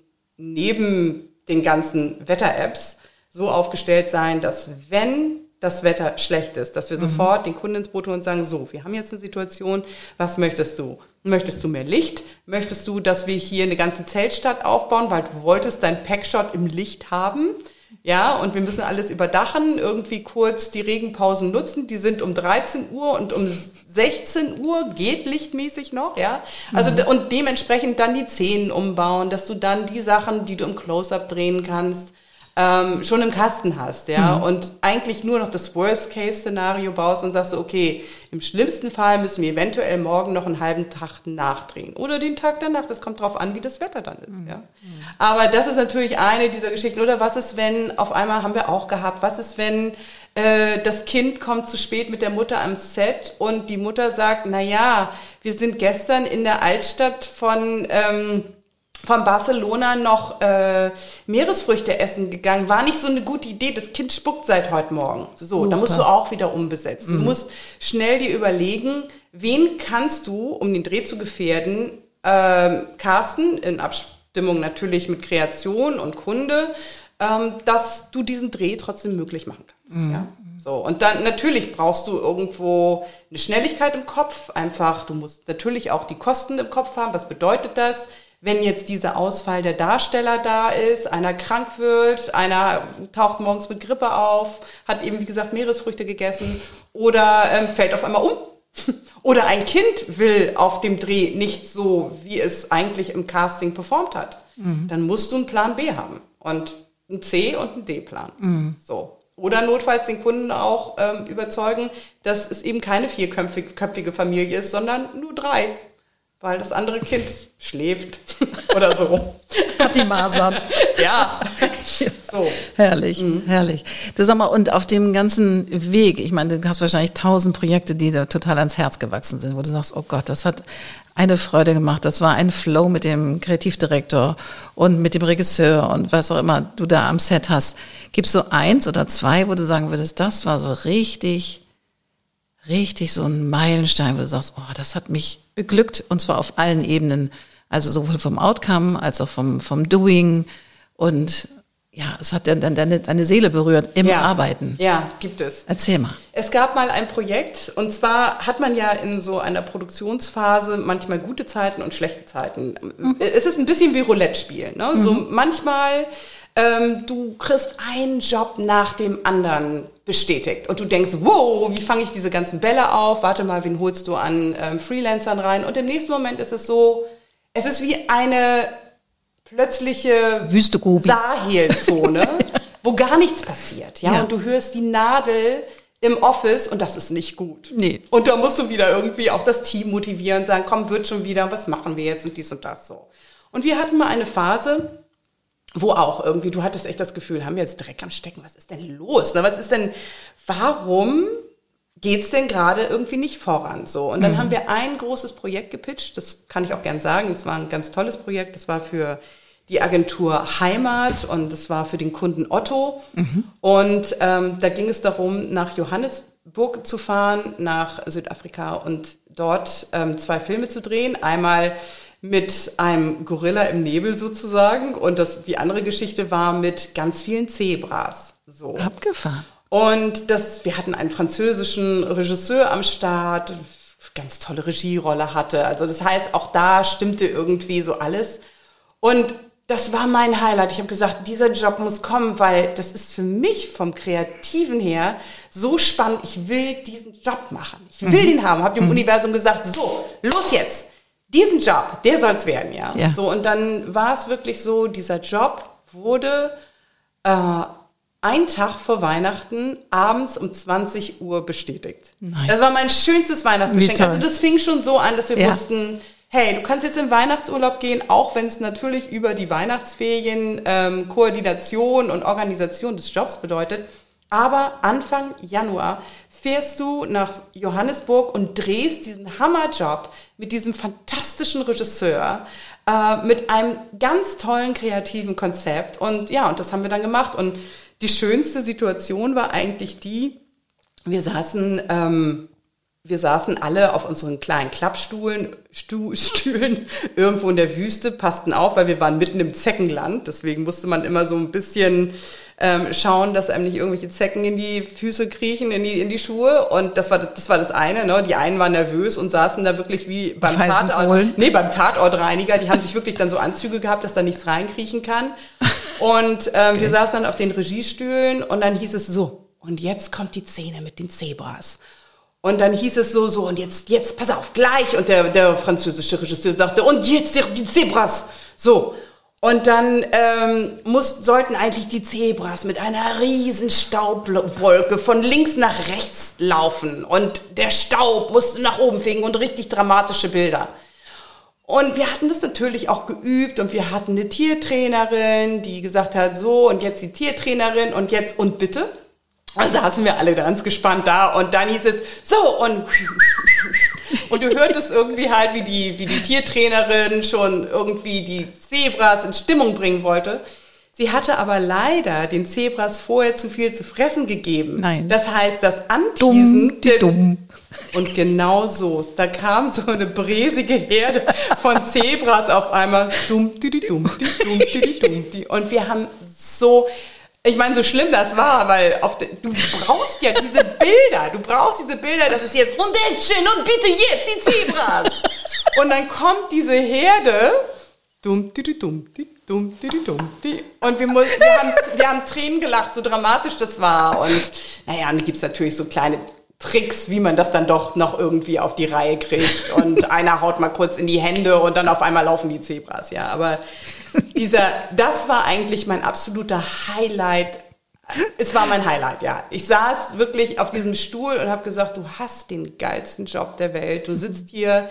A: neben den ganzen Wetter-Apps so aufgestellt sein, dass wenn das Wetter schlecht ist, dass wir mhm. sofort den Kunden ins Boot holen und sagen, so, wir haben jetzt eine Situation, was möchtest du? Möchtest du mehr Licht? Möchtest du, dass wir hier eine ganze Zeltstadt aufbauen, weil du wolltest dein Packshot im Licht haben? Ja, und wir müssen alles überdachen, irgendwie kurz die Regenpausen nutzen, die sind um dreizehn Uhr und um sechzehn Uhr geht lichtmäßig noch, ja. Also, mhm. und dementsprechend dann die Szenen umbauen, dass du dann die Sachen, die du im Close-Up drehen kannst, Ähm, schon im Kasten hast, ja, mhm. und eigentlich nur noch das Worst-Case-Szenario baust und sagst, okay, im schlimmsten Fall müssen wir eventuell morgen noch einen halben Tag nachdrehen oder den Tag danach, das kommt drauf an, wie das Wetter dann ist, mhm. ja. Mhm. Aber das ist natürlich eine dieser Geschichten. Oder was ist, wenn, auf einmal haben wir auch gehabt, was ist, wenn äh, das Kind kommt zu spät mit der Mutter am Set und die Mutter sagt, na ja, wir sind gestern in der Altstadt von ähm, von Barcelona noch äh, Meeresfrüchte essen gegangen. War nicht so eine gute Idee. Das Kind spuckt seit heute Morgen. So, Super. Da musst du auch wieder umbesetzen. Mhm. Du musst schnell dir überlegen, wen kannst du, um den Dreh zu gefährden, ähm, casten, in Abstimmung natürlich mit Kreation und Kunde, ähm, dass du diesen Dreh trotzdem möglich machen kannst. Mhm. Ja? So, und dann natürlich brauchst du irgendwo eine Schnelligkeit im Kopf. Einfach, du musst natürlich auch die Kosten im Kopf haben. Was bedeutet das? Wenn jetzt dieser Ausfall der Darsteller da ist, einer krank wird, einer taucht morgens mit Grippe auf, hat eben, wie gesagt, Meeresfrüchte gegessen oder ähm, fällt auf einmal um. Oder ein Kind will auf dem Dreh nicht so, wie es eigentlich im Casting performt hat. Mhm. Dann musst du einen Plan B haben und einen C- und einen D-Plan. Mhm. So. Oder notfalls den Kunden auch ähm, überzeugen, dass es eben keine vierköpfige Familie ist, sondern nur drei. Weil das andere Kind schläft oder so.
B: Hat die Masern.
A: Ja. So.
B: Herrlich, mhm. herrlich. Du sag mal, und auf dem ganzen Weg, ich meine, du hast wahrscheinlich tausend Projekte, die da total ans Herz gewachsen sind, wo du sagst, oh Gott, das hat eine Freude gemacht, das war ein Flow mit dem Kreativdirektor und mit dem Regisseur und was auch immer du da am Set hast. Gibt es so eins oder zwei, wo du sagen würdest, das war so richtig... richtig so ein Meilenstein, wo du sagst, oh, das hat mich beglückt, und zwar auf allen Ebenen, also sowohl vom Outcome als auch vom, vom Doing, und ja, es hat dann deine, deine Seele berührt im
A: ja,
B: Arbeiten.
A: Ja, gibt es.
B: Erzähl mal.
A: Es gab mal ein Projekt, und zwar hat man ja in so einer Produktionsphase manchmal gute Zeiten und schlechte Zeiten. Mhm. Es ist ein bisschen wie Roulette-Spielen, ne? Mhm. So manchmal Ähm, du kriegst einen Job nach dem anderen bestätigt und du denkst, wow, wie fange ich diese ganzen Bälle auf? Warte mal, wen holst du an ähm, Freelancern rein? Und im nächsten Moment ist es so, es ist wie eine plötzliche
B: Wüste Gobi.
A: Sahel-Zone, wo gar nichts passiert. Ja? ja, und du hörst die Nadel im Office und das ist nicht gut.
B: Nee.
A: Und da musst du wieder irgendwie auch das Team motivieren, sagen, komm, wird schon wieder, was machen wir jetzt und dies und das so. Und wir hatten mal eine Phase, wo auch irgendwie, du hattest echt das Gefühl, haben wir jetzt Dreck am Stecken, was ist denn los? Was ist denn, warum geht's denn gerade irgendwie nicht voran? So, und dann mhm. haben wir ein großes Projekt gepitcht, das kann ich auch gern sagen, es war ein ganz tolles Projekt, das war für die Agentur Heimat und das war für den Kunden Otto. Mhm. Und ähm, da ging es darum, nach Johannesburg zu fahren, nach Südafrika und dort ähm, zwei Filme zu drehen. Einmal mit einem Gorilla im Nebel sozusagen und das, die andere Geschichte war mit ganz vielen Zebras. So.
B: Abgefahren.
A: Und das, wir hatten einen französischen Regisseur am Start, ganz tolle Regierolle hatte. Also das heißt, auch da stimmte irgendwie so alles. Und das war mein Highlight. Ich habe gesagt, dieser Job muss kommen, weil das ist für mich vom Kreativen her so spannend. Ich will diesen Job machen. Ich will mhm. den haben. Habe dem mhm. Universum gesagt, so, los jetzt. Diesen Job, der soll's werden, ja. ja. So, und dann war es wirklich so, dieser Job wurde äh, einen Tag vor Weihnachten abends um zwanzig Uhr bestätigt.
B: Nein.
A: Das war mein schönstes Weihnachtsgeschenk. Also das fing schon so an, dass wir ja. wussten, hey, du kannst jetzt in Weihnachtsurlaub gehen, auch wenn es natürlich über die Weihnachtsferien ähm, Koordination und Organisation des Jobs bedeutet. Aber Anfang Januar fährst du nach Johannesburg und drehst diesen Hammerjob mit diesem fantastischen Regisseur, äh, mit einem ganz tollen kreativen Konzept. Und ja, und das haben wir dann gemacht. Und die schönste Situation war eigentlich die, wir saßen, ähm, wir saßen alle auf unseren kleinen Klappstühlen, Stu- Stühlen irgendwo in der Wüste, passten auf, weil wir waren mitten im Zeckenland. Deswegen musste man immer so ein bisschen ähm, schauen, dass einem nicht irgendwelche Zecken in die Füße kriechen, in die, in die Schuhe. Und das war, das war das eine. Ne? Die einen waren nervös und saßen da wirklich wie beim Tatort, nee, beim Tatortreiniger. Die haben sich wirklich dann so Anzüge gehabt, dass da nichts reinkriechen kann. Und ähm, okay. wir saßen dann auf den Regiestühlen und dann hieß es so, und jetzt kommt die Szene mit den Zebras. Und dann hieß es so, so, und jetzt, jetzt, pass auf, gleich. Und der, der französische Regisseur sagte, und jetzt die Zebras. So. Und dann ähm, muss, sollten eigentlich die Zebras mit einer riesen Staubwolke von links nach rechts laufen. Und der Staub musste nach oben fegen und richtig dramatische Bilder. Und wir hatten das natürlich auch geübt und wir hatten eine Tiertrainerin, die gesagt hat, so, und jetzt die Tiertrainerin und jetzt, und bitte? Da saßen wir alle ganz gespannt da und dann hieß es, so, und und du hörtest irgendwie halt, wie die, wie die Tiertrainerin schon irgendwie die Zebras in Stimmung bringen wollte. Sie hatte aber leider den Zebras vorher zu viel zu fressen gegeben.
B: Nein.
A: Das heißt, das Anteasen...
B: Dumm, dumm.
A: Und genau so. Da kam so eine bräsige Herde von Zebras auf einmal. Dumm, di, di, dumm, di, dumm, di, di, dumm, di. Und wir haben so... Ich meine, so schlimm das war, weil auf de, du brauchst ja diese Bilder. Du brauchst diese Bilder, das ist jetzt... Und Action und bitte jetzt die Zebras. Und dann kommt diese Herde... Dumm, di, di, dumm, di. Dumm, di, di, dumm, di. Und wir, muss, wir, haben, wir haben Tränen gelacht, so dramatisch das war. Und naja, und dann gibt es natürlich so kleine Tricks, wie man das dann doch noch irgendwie auf die Reihe kriegt. Und einer haut mal kurz in die Hände und dann auf einmal laufen die Zebras. Ja, aber dieser, das war eigentlich mein absoluter Highlight. Es war mein Highlight, ja. Ich saß wirklich auf diesem Stuhl und habe gesagt, du hast den geilsten Job der Welt. Du sitzt hier...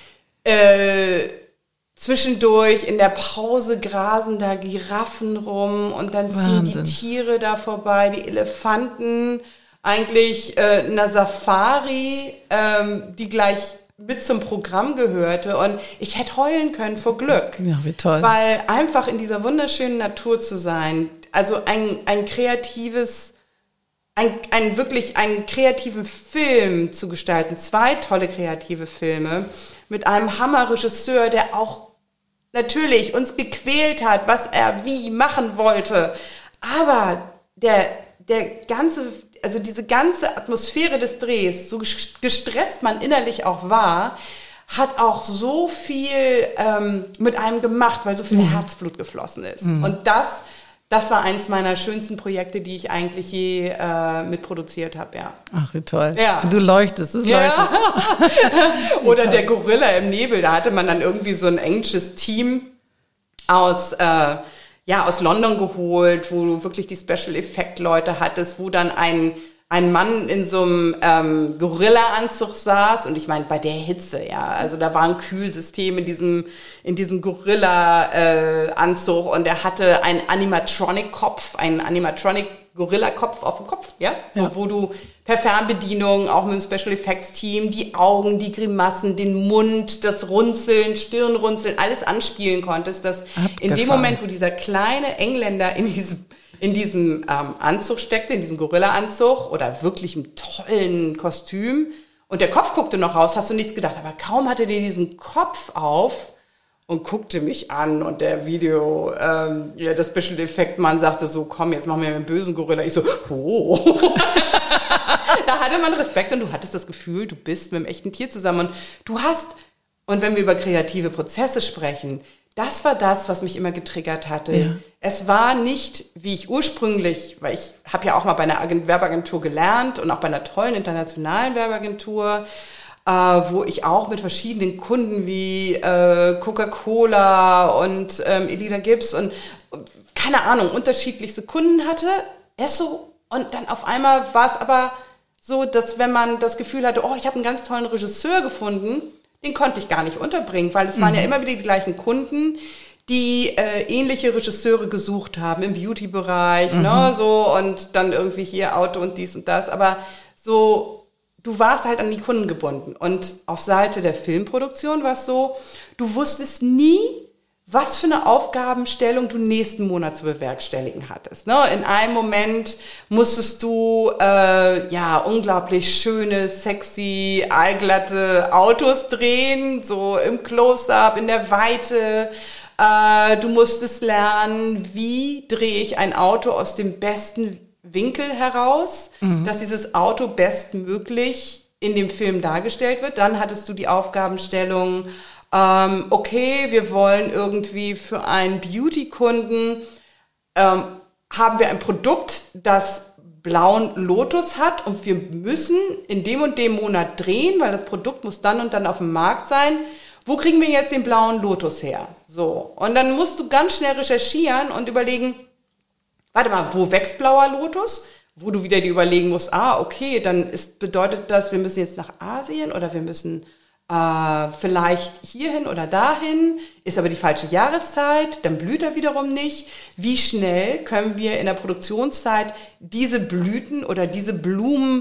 A: Äh, Zwischendurch in der Pause grasen da Giraffen rum und dann ziehen Wahnsinn. Die Tiere da vorbei, die Elefanten, eigentlich äh, einer Safari, ähm, die gleich mit zum Programm gehörte und ich hätte heulen können vor Glück.
B: Ja, wie toll.
A: Weil einfach in dieser wunderschönen Natur zu sein, also ein, ein kreatives, ein, ein wirklich einen kreativen Film zu gestalten, zwei tolle kreative Filme, mit einem Hammerregisseur, der auch natürlich uns gequält hat, was er wie machen wollte. Aber der, der ganze, also diese ganze Atmosphäre des Drehs, so gestresst man innerlich auch war, hat auch so viel ähm, mit einem gemacht, weil so viel mhm. Herzblut geflossen ist. Mhm. Und das, das war eines meiner schönsten Projekte, die ich eigentlich je äh, mitproduziert habe, ja.
B: Ach, wie toll.
A: Ja.
B: Du leuchtest, du
A: ja.
B: leuchtest.
A: Oder toll. Der Gorilla im Nebel, da hatte man dann irgendwie so ein englisches Team aus, äh, ja, aus London geholt, wo du wirklich die Special-Effekt-Leute hattest, wo dann ein ein Mann in so einem ähm, Gorilla-Anzug saß und ich meine, bei der Hitze, ja, also da war ein Kühlsystem in diesem in diesem Gorilla-Anzug äh, und er hatte einen Animatronic-Kopf, einen Animatronic-Gorilla-Kopf auf dem Kopf, ja, so, ja. Wo du per Fernbedienung, auch mit dem Special-Effects-Team, die Augen, die Grimassen, den Mund, das Runzeln, Stirnrunzeln, alles anspielen konntest, dass Abgefahren. In dem Moment, wo dieser kleine Engländer in diesem in diesem ähm, Anzug steckte, in diesem Gorilla-Anzug oder wirklich einem tollen Kostüm und der Kopf guckte noch raus, hast du nichts gedacht. Aber kaum hatte der diesen Kopf auf und guckte mich an und der Video, ähm, ja, das Special-Effekt-Mann sagte so, komm, jetzt machen wir einen bösen Gorilla. Ich so, oh. Da hatte man Respekt und du hattest das Gefühl, du bist mit einem echten Tier zusammen und du hast, und wenn wir über kreative Prozesse sprechen, das war das, was mich immer getriggert hatte. Ja. Es war nicht, wie ich ursprünglich, weil ich habe ja auch mal bei einer Agent- Werbeagentur gelernt und auch bei einer tollen internationalen Werbeagentur, äh, wo ich auch mit verschiedenen Kunden wie äh, Coca-Cola und ähm, Elida Gibbs und keine Ahnung, unterschiedlichste Kunden hatte. Esso. Und dann auf einmal war es aber so, dass wenn man das Gefühl hatte, oh, ich habe einen ganz tollen Regisseur gefunden, den konnte ich gar nicht unterbringen, weil es mhm. waren ja immer wieder die gleichen Kunden, die äh, ähnliche Regisseure gesucht haben im Beauty-Bereich, mhm. ne, so und dann irgendwie hier Auto und dies und das, aber so, du warst halt an die Kunden gebunden und auf Seite der Filmproduktion war es so, du wusstest nie, was für eine Aufgabenstellung du nächsten Monat zu bewerkstelligen hattest. Ne? In einem Moment musstest du äh, ja unglaublich schöne, sexy, allglatte Autos drehen, so im Close-up, in der Weite. Äh, du musstest lernen, wie drehe ich ein Auto aus dem besten Winkel heraus, mhm. dass dieses Auto bestmöglich in dem Film dargestellt wird. Dann hattest du die Aufgabenstellung, ähm, okay, wir wollen irgendwie für einen Beauty-Kunden, ähm, haben wir ein Produkt, das blauen Lotus hat und wir müssen in dem und dem Monat drehen, weil das Produkt muss dann und dann auf dem Markt sein. Wo kriegen wir jetzt den blauen Lotus her? So. Und dann musst du ganz schnell recherchieren und überlegen, warte mal, wo wächst blauer Lotus? Wo du wieder dir überlegen musst, ah, okay, dann ist, bedeutet das, wir müssen jetzt nach Asien oder wir müssen äh, vielleicht hierhin oder dahin, ist aber die falsche Jahreszeit, dann blüht er wiederum nicht. Wie schnell können wir in der Produktionszeit diese Blüten oder diese Blumen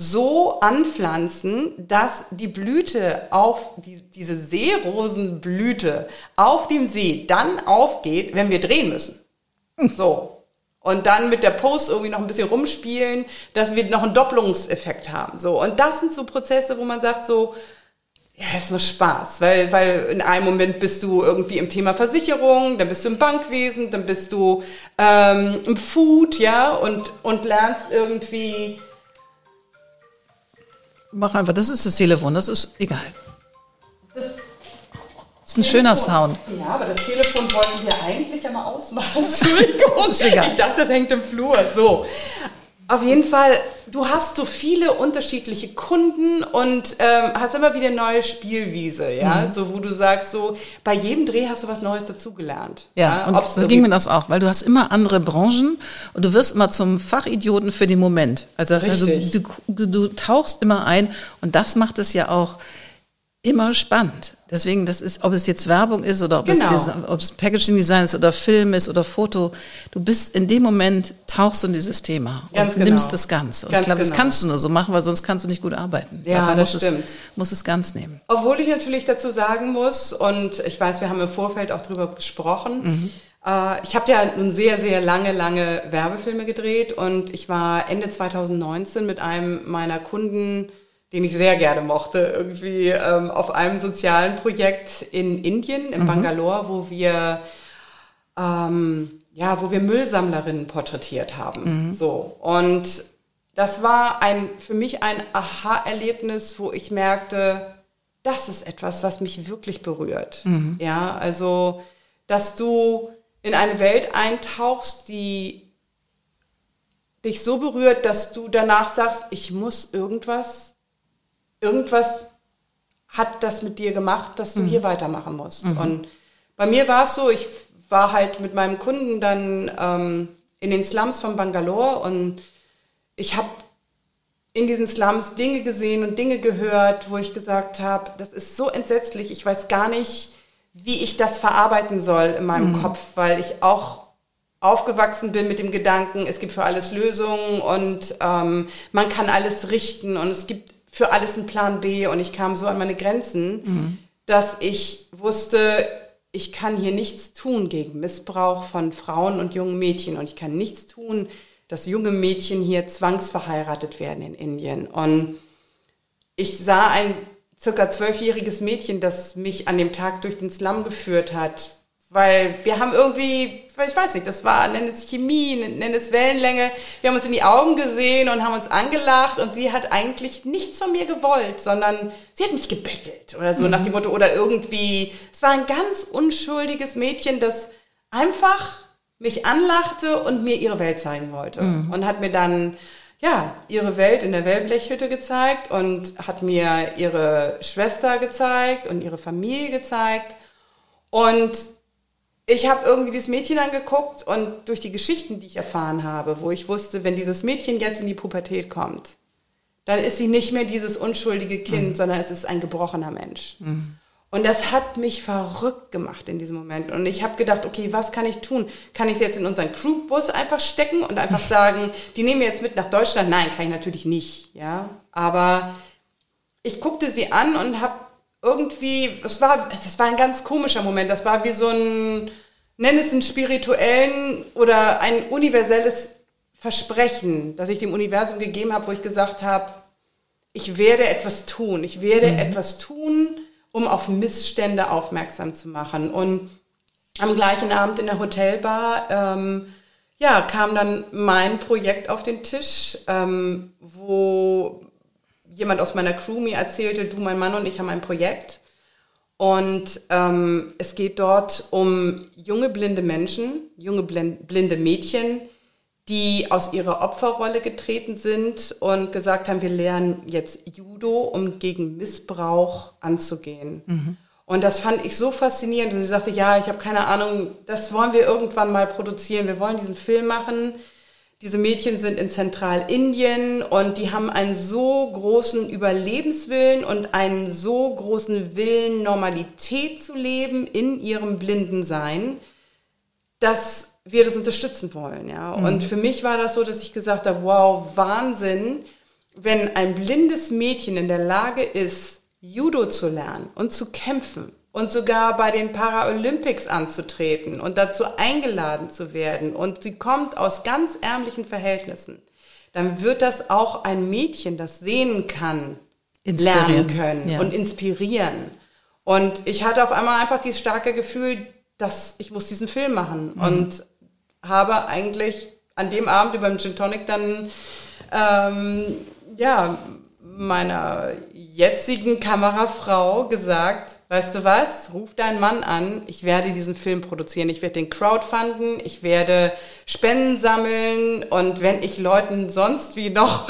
A: so anpflanzen, dass die Blüte auf, die, diese Seerosenblüte auf dem See dann aufgeht, wenn wir drehen müssen. So. Und dann mit der Post irgendwie noch ein bisschen rumspielen, dass wir noch einen Doppelungseffekt haben. So. Und das sind so Prozesse, wo man sagt so, ja, es macht Spaß, weil, weil in einem Moment bist du irgendwie im Thema Versicherung, dann bist du im Bankwesen, dann bist du ähm, im Food, ja, und, und lernst irgendwie.
B: Mach einfach, das ist das Telefon, das ist egal.
A: Das,
B: das ist ein Telefon, schöner Sound.
A: Ja, aber das Telefon wollten wir eigentlich ja mal ausmachen. Entschuldigung, ist egal. Ich dachte, das hängt im Flur. So. Auf jeden Fall, du hast so viele unterschiedliche Kunden und ähm, hast immer wieder neue Spielwiese, ja, mhm. so wo du sagst, so bei jedem Dreh hast du was Neues dazugelernt.
B: Ja, ja? Und Ob's so ging mir das auch, weil du hast immer andere Branchen und du wirst immer zum Fachidioten für den Moment. Also, also du, du, du tauchst immer ein und das macht es ja auch immer spannend. Deswegen, das ist, ob es jetzt Werbung ist oder ob, genau. es, ob es Packaging Design ist oder Film ist oder Foto, du bist in dem Moment, tauchst du in dieses Thema
A: ganz
B: und
A: genau.
B: nimmst das ganz. Und
A: ganz
B: ich glaube,
A: genau.
B: das kannst du nur so machen, weil sonst kannst du nicht gut arbeiten.
A: Ja,
B: man
A: das
B: muss
A: stimmt.
B: Es, muss es ganz nehmen.
A: Obwohl ich natürlich dazu sagen muss, und ich weiß, wir haben im Vorfeld auch drüber gesprochen, mhm. äh, ich habe ja nun sehr, sehr lange, lange Werbefilme gedreht und ich war Ende zwanzig neunzehn mit einem meiner Kunden, den ich sehr gerne mochte, irgendwie ähm, auf einem sozialen Projekt in Indien, in mhm. Bangalore, wo wir ähm, ja, wo wir Müllsammlerinnen porträtiert haben. Mhm. So. Und das war ein für mich ein Aha-Erlebnis, wo ich merkte, das ist etwas, was mich wirklich berührt. Mhm. Ja, also, dass du in eine Welt eintauchst, die dich so berührt, dass du danach sagst, ich muss irgendwas Irgendwas hat das mit dir gemacht, dass du mhm. hier weitermachen musst. Mhm. Und bei mir war es so, ich war halt mit meinem Kunden dann ähm, in den Slums von Bangalore und ich habe in diesen Slums Dinge gesehen und Dinge gehört, wo ich gesagt habe, das ist so entsetzlich, ich weiß gar nicht, wie ich das verarbeiten soll in meinem mhm. Kopf, weil ich auch aufgewachsen bin mit dem Gedanken, es gibt für alles Lösungen und ähm, man kann alles richten und es gibt für alles einen Plan B und ich kam so an meine Grenzen, mhm. dass ich wusste, ich kann hier nichts tun gegen Missbrauch von Frauen und jungen Mädchen und ich kann nichts tun, dass junge Mädchen hier zwangsverheiratet werden in Indien. Und ich sah ein circa zwölfjähriges Mädchen, das mich an dem Tag durch den Slum geführt hat, weil wir haben irgendwie, ich weiß nicht, das war, nenn es Chemie, nenn es Wellenlänge. Wir haben uns in die Augen gesehen und haben uns angelacht und sie hat eigentlich nichts von mir gewollt, sondern sie hat mich gebettelt oder so mhm. nach dem Motto oder irgendwie, es war ein ganz unschuldiges Mädchen, das einfach mich anlachte und mir ihre Welt zeigen wollte mhm. und hat mir dann, ja, ihre Welt in der Wellblechhütte gezeigt und hat mir ihre Schwester gezeigt und ihre Familie gezeigt und ich habe irgendwie dieses Mädchen angeguckt und durch die Geschichten, die ich erfahren habe, wo ich wusste, wenn dieses Mädchen jetzt in die Pubertät kommt, dann ist sie nicht mehr dieses unschuldige Kind, mhm. sondern es ist ein gebrochener Mensch. Mhm. Und das hat mich verrückt gemacht in diesem Moment. Und ich habe gedacht, okay, was kann ich tun? Kann ich es jetzt in unseren Crew-Bus einfach stecken und einfach sagen, die nehmen wir jetzt mit nach Deutschland? Nein, kann ich natürlich nicht. Ja, aber ich guckte sie an und habe irgendwie, es war, das war ein ganz komischer Moment. Das war wie so ein, nenn es einen spirituellen oder ein universelles Versprechen, das ich dem Universum gegeben habe, wo ich gesagt habe, ich werde etwas tun. Ich werde mhm. etwas tun, um auf Missstände aufmerksam zu machen. Und am gleichen Abend in der Hotelbar ähm, ja, kam dann mein Projekt auf den Tisch, ähm, wo jemand aus meiner Crew mir erzählte, du, mein Mann und ich haben ein Projekt. Und ähm, es geht dort um junge blinde Menschen, junge blinde Mädchen, die aus ihrer Opferrolle getreten sind und gesagt haben, wir lernen jetzt Judo, um gegen Missbrauch anzugehen. Mhm. Und das fand ich so faszinierend. Und sie sagte, ja, ich habe keine Ahnung, das wollen wir irgendwann mal produzieren. Wir wollen diesen Film machen. Diese Mädchen sind in Zentralindien und die haben einen so großen Überlebenswillen und einen so großen Willen, Normalität zu leben in ihrem Blindensein, dass wir das unterstützen wollen, ja. Mhm. Und für mich war das so, dass ich gesagt habe, wow, Wahnsinn, wenn ein blindes Mädchen in der Lage ist, Judo zu lernen und zu kämpfen und sogar bei den Paralympics anzutreten und dazu eingeladen zu werden und sie kommt aus ganz ärmlichen Verhältnissen, dann wird das auch ein Mädchen, das sehen kann, lernen können ja. und inspirieren. Und ich hatte auf einmal einfach dieses starke Gefühl, dass ich muss diesen Film machen mhm. und habe eigentlich an dem Abend über den Gin Tonic dann ähm, ja, meiner jetzigen Kamerafrau gesagt, weißt du was, ruf deinen Mann an, ich werde diesen Film produzieren, ich werde den crowdfunden, ich werde Spenden sammeln und wenn ich Leuten sonst wie noch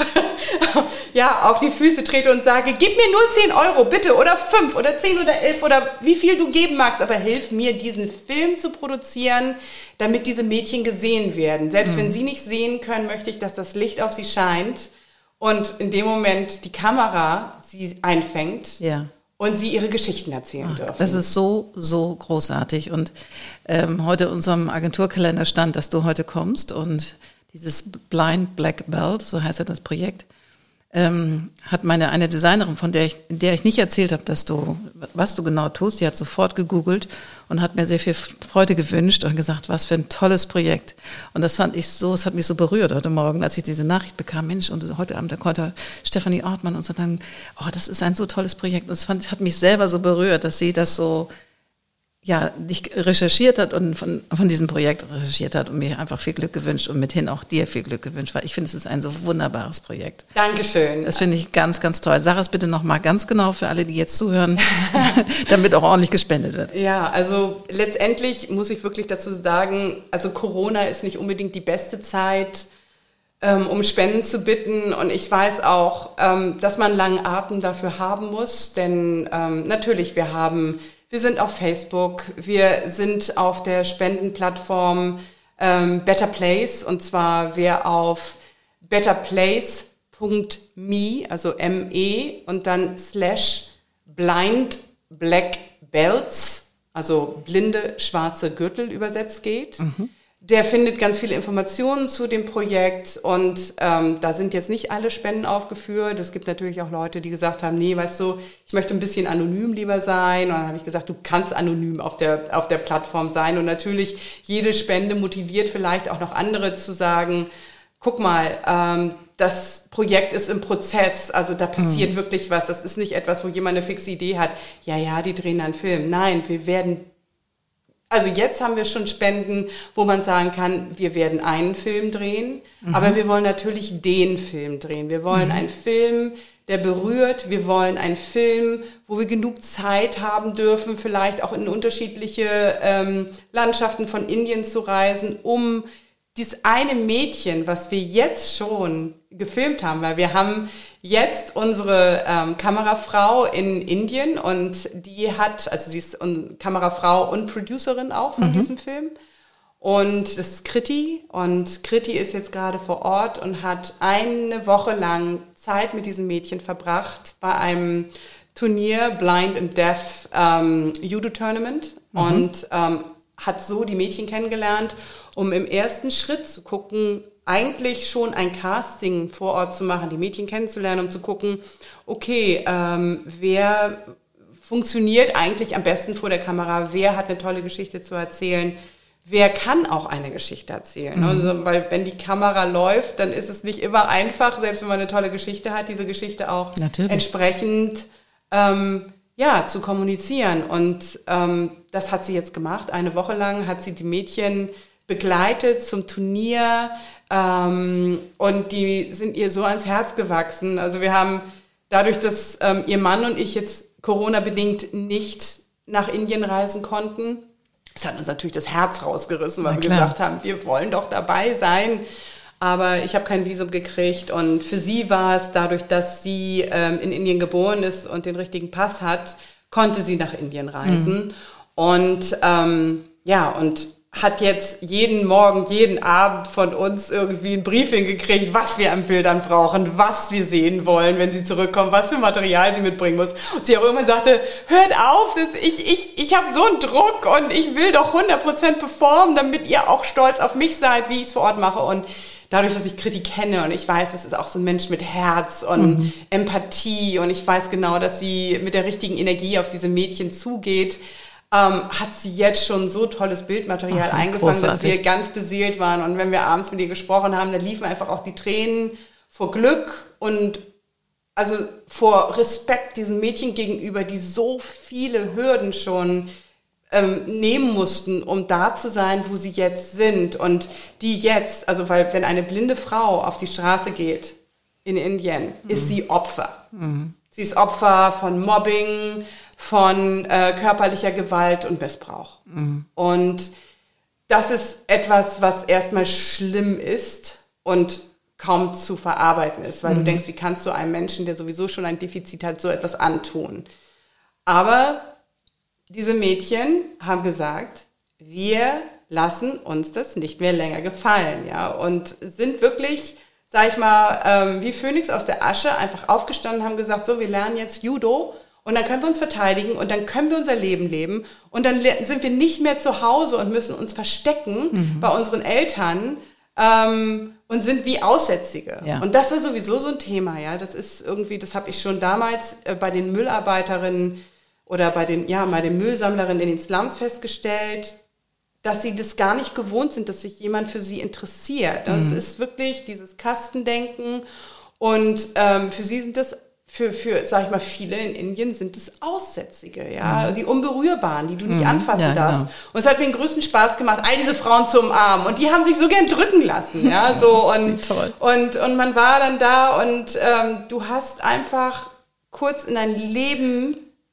A: ja, auf die Füße trete und sage, gib mir nur zehn Euro, bitte, oder fünf oder zehn oder elf oder wie viel du geben magst, aber hilf mir, diesen Film zu produzieren, damit diese Mädchen gesehen werden. Selbst mhm. wenn sie nicht sehen können, möchte ich, dass das Licht auf sie scheint und in dem Moment die Kamera sie einfängt ja. und sie ihre Geschichten erzählen Ach, dürfen.
B: Das ist so, so großartig. Und ähm, heute in unserem Agenturkalender stand, dass du heute kommst und dieses Blind Black Belt, so heißt ja das Projekt, ähm, hat meine eine Designerin, von der ich, der ich nicht erzählt habe, dass du, was du genau tust, die hat sofort gegoogelt und hat mir sehr viel Freude gewünscht und gesagt, was für ein tolles Projekt. Und das fand ich so, es hat mich so berührt heute Morgen, als ich diese Nachricht bekam, Mensch, und heute Abend, da konnte Stefanie Ortmann und so dann, oh, das ist ein so tolles Projekt. Und das fand, hat mich selber so berührt, dass sie das so, ja, dich recherchiert hat und von, von diesem Projekt recherchiert hat und mir einfach viel Glück gewünscht und mithin auch dir viel Glück gewünscht, weil ich finde, es ist ein so wunderbares Projekt.
A: Dankeschön.
B: Das finde ich ganz, ganz toll. Sag es bitte nochmal ganz genau für alle, die jetzt zuhören, damit auch ordentlich gespendet wird.
A: Ja, also letztendlich muss ich wirklich dazu sagen, also Corona ist nicht unbedingt die beste Zeit, ähm, um Spenden zu bitten und ich weiß auch, ähm, dass man einen langen Atem dafür haben muss, denn ähm, natürlich, wir haben Wir sind auf Facebook, wir sind auf der Spendenplattform ähm, Better Place und zwar wer auf betterplace punkt me, also M E und dann slash blind black belts, also blinde schwarze Gürtel übersetzt geht. Mhm. Der findet ganz viele Informationen zu dem Projekt und ähm, da sind jetzt nicht alle Spenden aufgeführt. Es gibt natürlich auch Leute, die gesagt haben, nee, weißt du, ich möchte ein bisschen anonym lieber sein. Und dann habe ich gesagt, du kannst anonym auf der, auf der Plattform sein. Und natürlich, jede Spende motiviert vielleicht auch noch andere zu sagen, guck mal, ähm, das Projekt ist im Prozess, also da passiert mhm. wirklich was. Das ist nicht etwas, wo jemand eine fixe Idee hat. Ja, ja, die drehen einen Film. Nein, wir werden... Also jetzt haben wir schon Spenden, wo man sagen kann, wir werden einen Film drehen, mhm. aber wir wollen natürlich den Film drehen. Wir wollen mhm. einen Film, der berührt. Wir wollen einen Film, wo wir genug Zeit haben dürfen, vielleicht auch in unterschiedliche ähm, Landschaften von Indien zu reisen, um dieses eine Mädchen, was wir jetzt schon gefilmt haben, weil wir haben jetzt unsere ähm, Kamerafrau in Indien und die hat, also sie ist um, Kamerafrau und Producerin auch von mhm. diesem Film. Und das ist Kriti und Kriti ist jetzt gerade vor Ort und hat eine Woche lang Zeit mit diesen Mädchen verbracht bei einem Turnier, Blind and Deaf ähm, Judo Tournament mhm. und ähm, hat so die Mädchen kennengelernt, um im ersten Schritt zu gucken, eigentlich schon ein Casting vor Ort zu machen, die Mädchen kennenzulernen, um zu gucken, okay, ähm, wer funktioniert eigentlich am besten vor der Kamera, wer hat eine tolle Geschichte zu erzählen, wer kann auch eine Geschichte erzählen? Mhm. Also, weil wenn die Kamera läuft, dann ist es nicht immer einfach, selbst wenn man eine tolle Geschichte hat, diese Geschichte auch Natürlich. entsprechend ähm, ja, zu kommunizieren. Und ähm, das hat sie jetzt gemacht. Eine Woche lang hat sie die Mädchen begleitet zum Turnier ähm, und die sind ihr so ans Herz gewachsen. Also wir haben dadurch, dass ähm, ihr Mann und ich jetzt Corona-bedingt nicht nach Indien reisen konnten, das hat uns natürlich das Herz rausgerissen, weil wir gesagt haben, wir wollen doch dabei sein. Aber ich habe kein Visum gekriegt und für sie war es dadurch, dass sie ähm, in Indien geboren ist und den richtigen Pass hat, konnte sie nach Indien reisen. Mhm. Und ähm, ja, und hat jetzt jeden Morgen, jeden Abend von uns irgendwie ein Briefing gekriegt, was wir an Bildern brauchen, was wir sehen wollen, wenn sie zurückkommt, was für Material sie mitbringen muss. Und sie auch irgendwann sagte, hört auf, das, ich, ich, ich habe so einen Druck und ich will doch hundert Prozent performen, damit ihr auch stolz auf mich seid, wie ich es vor Ort mache. Und dadurch, dass ich Kriti kenne und ich weiß, es ist auch so ein Mensch mit Herz und mhm. Empathie und ich weiß genau, dass sie mit der richtigen Energie auf diese Mädchen zugeht, Ähm, hat sie jetzt schon so tolles Bildmaterial Ach, eingefangen, großartig. Dass wir ganz beseelt waren. Und wenn wir abends mit ihr gesprochen haben, dann liefen einfach auch die Tränen vor Glück und also vor Respekt diesen Mädchen gegenüber, die so viele Hürden schon ähm, nehmen mussten, um da zu sein, wo sie jetzt sind. Und die jetzt, also weil wenn eine blinde Frau auf die Straße geht in Indien, mhm. ist sie Opfer. Mhm. Sie ist Opfer von Mobbing, von äh, körperlicher Gewalt und Missbrauch. Mhm. Und das ist etwas, was erstmal schlimm ist und kaum zu verarbeiten ist, weil mhm. du denkst, wie kannst du einem Menschen, der sowieso schon ein Defizit hat, so etwas antun? Aber diese Mädchen haben gesagt, wir lassen uns das nicht mehr länger gefallen, ja, und sind wirklich, sag ich mal, ähm, wie Phönix aus der Asche einfach aufgestanden, haben gesagt, so, wir lernen jetzt Judo. Und dann können wir uns verteidigen und dann können wir unser Leben leben. Und dann sind wir nicht mehr zu Hause und müssen uns verstecken mhm. bei unseren Eltern ähm, und sind wie Aussätzige. Ja. Und das war sowieso so ein Thema, ja. Das ist irgendwie, das habe ich schon damals äh, bei den Müllarbeiterinnen oder bei den, ja, bei den Müllsammlerinnen in den Slums festgestellt, dass sie das gar nicht gewohnt sind, dass sich jemand für sie interessiert. Das mhm. ist wirklich dieses Kastendenken. Und ähm, für sie sind das Für, für, sag ich mal, viele in Indien sind es Aussätzige, ja, mhm. die Unberührbaren, die du nicht mhm. anfassen ja, darfst. Genau. Und es hat mir den größten Spaß gemacht, all diese Frauen zu umarmen. Und die haben sich so gern drücken lassen, ja, so. Und, toll. und, und man war dann da und ähm, du hast einfach kurz in dein Leben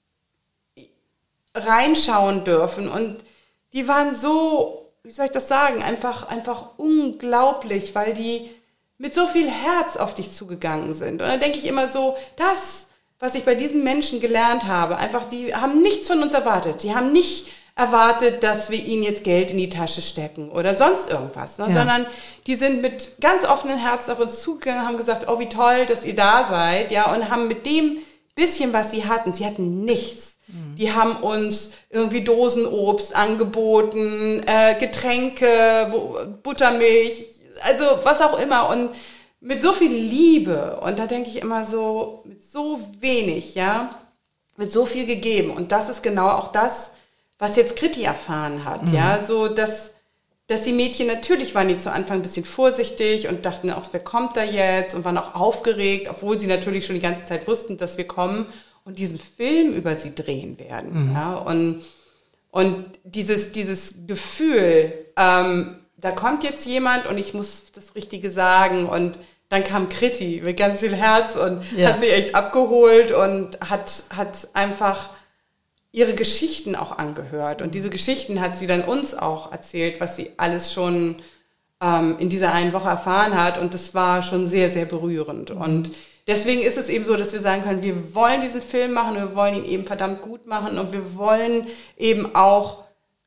A: reinschauen dürfen. Und die waren so, wie soll ich das sagen, einfach, einfach unglaublich, weil die mit so viel Herz auf dich zugegangen sind. Und dann denke ich immer so, das, was ich bei diesen Menschen gelernt habe, einfach, die haben nichts von uns erwartet. Die haben nicht erwartet, dass wir ihnen jetzt Geld in die Tasche stecken oder sonst irgendwas, ne? Ja. Sondern die sind mit ganz offenen Herzen auf uns zugegangen, haben gesagt, oh, wie toll, dass ihr da seid, ja, und haben mit dem bisschen, was sie hatten, sie hatten nichts. Mhm. Die haben uns irgendwie Dosenobst angeboten, äh, Getränke, wo, Buttermilch, also was auch immer und mit so viel Liebe und da denke ich immer so, mit so wenig, ja, mit so viel gegeben und das ist genau auch das, was jetzt Kriti erfahren hat, mhm. ja, so, dass, dass die Mädchen, natürlich waren die zu Anfang ein bisschen vorsichtig und dachten auch, wer kommt da jetzt und waren auch aufgeregt, obwohl sie natürlich schon die ganze Zeit wussten, dass wir kommen und diesen Film über sie drehen werden, mhm. ja, und, und dieses, dieses Gefühl, ähm, da kommt jetzt jemand und ich muss das Richtige sagen und dann kam Kriti mit ganz viel Herz und ja. hat sie echt abgeholt und hat, hat einfach ihre Geschichten auch angehört und diese Geschichten hat sie dann uns auch erzählt, was sie alles schon ähm, in dieser einen Woche erfahren hat und das war schon sehr, sehr berührend mhm. und deswegen ist es eben so, dass wir sagen können, wir wollen diesen Film machen, wir wollen ihn eben verdammt gut machen und wir wollen eben auch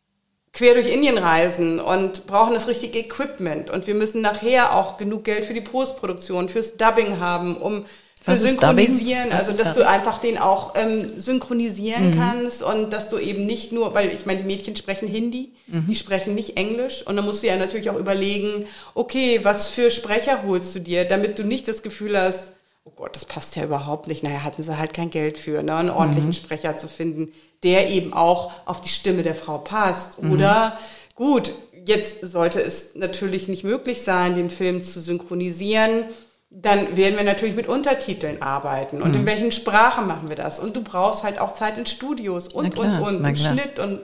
A: quer durch Indien reisen und brauchen das richtige Equipment und wir müssen nachher auch genug Geld für die Postproduktion, fürs Dubbing haben, um für
B: Was ist
A: Synchronisieren,
B: Was
A: also
B: ist
A: dass
B: Dubbing?
A: du einfach den auch ähm, synchronisieren
B: Mhm.
A: kannst und dass du eben nicht nur, weil ich meine, die Mädchen sprechen Hindi,
B: Mhm.
A: die sprechen nicht Englisch und dann musst du ja natürlich auch überlegen, okay, was für Sprecher holst du dir, damit du nicht das Gefühl hast, oh Gott, das passt ja überhaupt nicht. Naja, hatten sie halt kein Geld für, ne, einen ordentlichen
B: Mhm.
A: Sprecher zu finden, der eben auch auf die Stimme der Frau passt. Oder gut, jetzt sollte es natürlich nicht möglich sein, den Film zu synchronisieren. Dann werden wir natürlich mit Untertiteln arbeiten. Und in welchen Sprachen machen wir das? Und du brauchst halt auch Zeit in Studios und,
B: Na klar,
A: und, und,
B: na
A: und
B: klar.
A: Schnitt. Und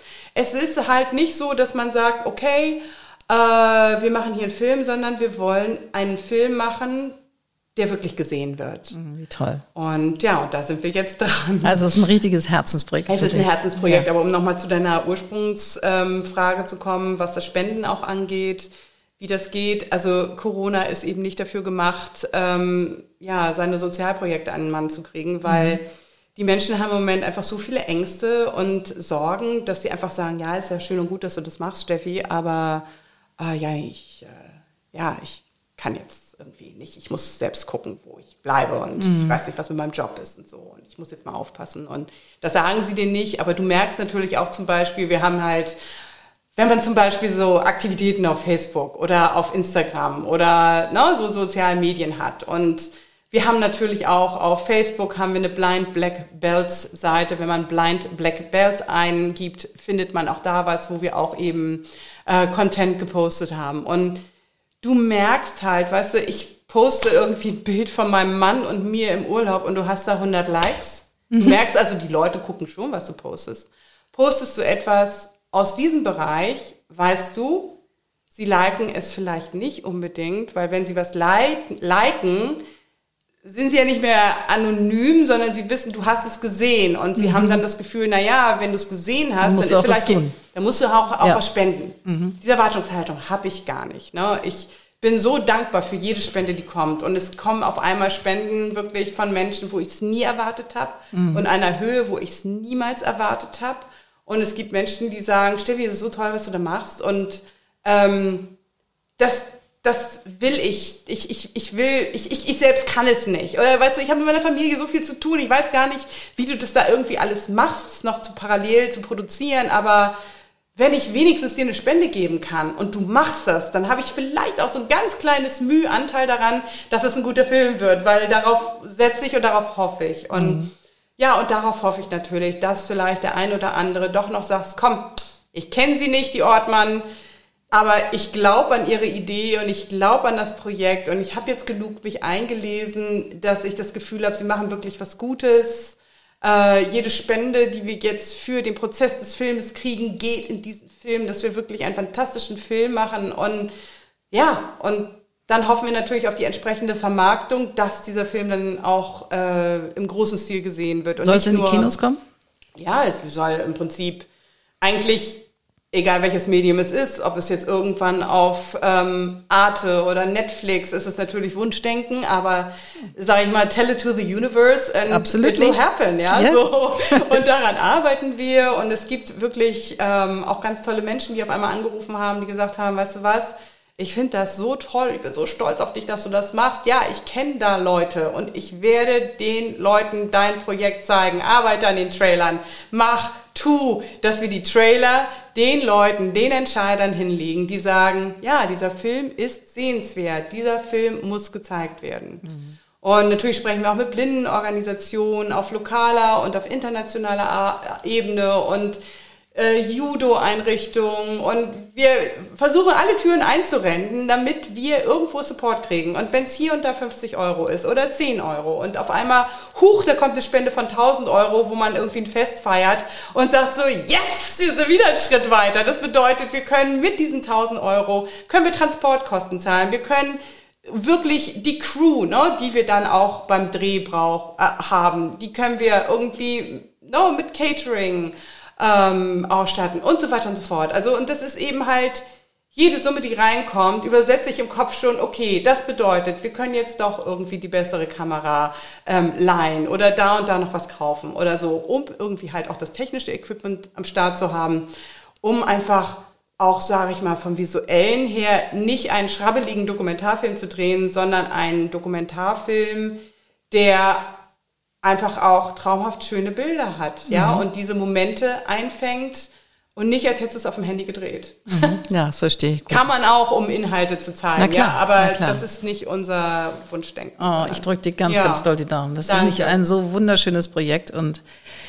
A: es ist halt nicht so, dass man sagt, okay, äh, wir machen hier einen Film, sondern wir wollen einen Film machen, der wirklich gesehen wird.
B: Wie toll.
A: Und ja, und da sind wir jetzt dran.
B: Also es ist ein richtiges Herzensprojekt.
A: Es
B: für
A: ist ein
B: dich.
A: Herzensprojekt,
B: Ja.
A: aber um nochmal zu deiner Ursprungsfrage zu kommen, was das Spenden auch angeht, wie das geht. Also Corona ist eben nicht dafür gemacht, ähm, ja, seine Sozialprojekte an den Mann zu kriegen, weil mhm. die Menschen haben im Moment einfach so viele Ängste und Sorgen, dass sie einfach sagen, ja, ist ja schön und gut, dass du das machst, Steffi, aber äh, ja, ich, äh, ja, ich kann jetzt irgendwie nicht. Ich muss selbst gucken, wo ich bleibe und mhm. ich weiß nicht, was mit meinem Job ist und so. Und ich muss jetzt mal aufpassen. Und das sagen sie dir nicht, aber du merkst natürlich auch zum Beispiel, wir haben halt, wenn man zum Beispiel so Aktivitäten auf Facebook oder auf Instagram oder ne, so sozialen Medien hat. Und wir haben natürlich auch auf Facebook haben wir eine Blind Black Belts Seite. Wenn man Blind Black Belts eingibt, findet man auch da was, wo wir auch eben äh, Content gepostet haben. Und du merkst halt, weißt du, ich poste irgendwie ein Bild von meinem Mann und mir im Urlaub und du hast da hundert Likes. Du mhm. merkst also, die Leute gucken schon, was du postest. Postest du etwas aus diesem Bereich, weißt du, sie liken es vielleicht nicht unbedingt, weil wenn sie was like, liken, sind sie ja nicht mehr anonym, sondern sie wissen, du hast es gesehen und sie mhm. haben dann das Gefühl, naja, wenn du es gesehen hast, dann, dann ist vielleicht, dann musst du auch, auch ja. was spenden. Mhm. Diese Erwartungshaltung habe ich gar nicht. Ne? Ich bin so dankbar für jede Spende, die kommt und es kommen auf einmal Spenden wirklich von Menschen, wo ich es nie erwartet habe mhm. und einer Höhe, wo ich es niemals erwartet habe. Und es gibt Menschen, die sagen, Steffi, das ist so toll, was du da machst und ähm, das Das will ich. Ich, ich, ich will, ich, ich, ich selbst kann es nicht. Oder weißt du, ich habe mit meiner Familie so viel zu tun. Ich weiß gar nicht, wie du das da irgendwie alles machst, noch zu parallel zu produzieren. Aber wenn ich wenigstens dir eine Spende geben kann und du machst das, dann habe ich vielleicht auch so ein ganz kleines Mühe-Anteil daran, dass es ein guter Film wird. Weil darauf setze ich und darauf hoffe ich. Und mhm. ja, und darauf hoffe ich natürlich, dass vielleicht der ein oder andere doch noch sagt, komm, ich kenne sie nicht, die Ortmann, aber ich glaube an ihre Idee und ich glaube an das Projekt und ich habe jetzt genug mich eingelesen, dass ich das Gefühl habe, sie machen wirklich was Gutes. Äh, jede Spende, die wir jetzt für den Prozess des Films kriegen, geht in diesen Film, dass wir wirklich einen fantastischen Film machen und ja, und dann hoffen wir natürlich auf die entsprechende Vermarktung, dass dieser Film dann auch äh, im großen Stil gesehen wird.
B: Soll es in die Kinos kommen?
A: Ja, es soll im Prinzip eigentlich, egal welches Medium es ist, ob es jetzt irgendwann auf ähm, Arte oder Netflix ist, es natürlich Wunschdenken, aber sage ich mal, tell it to the universe and
B: Absolutely.
A: it will happen. Ja?
B: Yes.
A: So. Und daran arbeiten wir und es gibt wirklich ähm, auch ganz tolle Menschen, die auf einmal angerufen haben, die gesagt haben, weißt du was, ich finde das so toll, ich bin so stolz auf dich, dass du das machst. Ja, ich kenne da Leute und ich werde den Leuten dein Projekt zeigen. Arbeite an den Trailern, mach, tu, dass wir die Trailer den Leuten, den Entscheidern hinlegen, die sagen, ja, dieser Film ist sehenswert, dieser Film muss gezeigt werden. Mhm. Und natürlich sprechen wir auch mit Blindenorganisationen auf lokaler und auf internationaler Ebene und äh, Judo-Einrichtungen und wir versuchen alle Türen einzurennen, damit wir irgendwo Support kriegen. Und wenn es hier und da fünfzig Euro ist oder zehn Euro und auf einmal, huch, da kommt eine Spende von tausend Euro, wo man irgendwie ein Fest feiert und sagt so, yes, wir sind wieder einen Schritt weiter. Das bedeutet, wir können mit diesen tausend Euro, können wir Transportkosten zahlen, wir können wirklich die Crew, ne, die wir dann auch beim Dreh brauch, äh, haben, die können wir irgendwie no, mit Catering ähm, ausstatten und so weiter und so fort. Also und das ist eben halt, jede Summe, die reinkommt, übersetze ich im Kopf schon, okay, das bedeutet, wir können jetzt doch irgendwie die bessere Kamera ähm, leihen oder da und da noch was kaufen oder so, um irgendwie halt auch das technische Equipment am Start zu haben, um einfach auch, sage ich mal, vom Visuellen her nicht einen schrabbeligen Dokumentarfilm zu drehen, sondern einen Dokumentarfilm, der einfach auch traumhaft schöne Bilder hat, ja, mhm. und diese Momente einfängt und nicht, als hättest du es auf dem Handy gedreht.
B: Mhm. Ja, das verstehe ich gut.
A: Kann man auch, um Inhalte zu zeigen,
B: na klar,
A: ja, aber
B: na klar.
A: das ist nicht unser Wunschdenken.
B: Oh, ich drücke dir ganz, ja. ganz doll die Daumen. Das
A: Danke.
B: ist nicht ein so wunderschönes Projekt und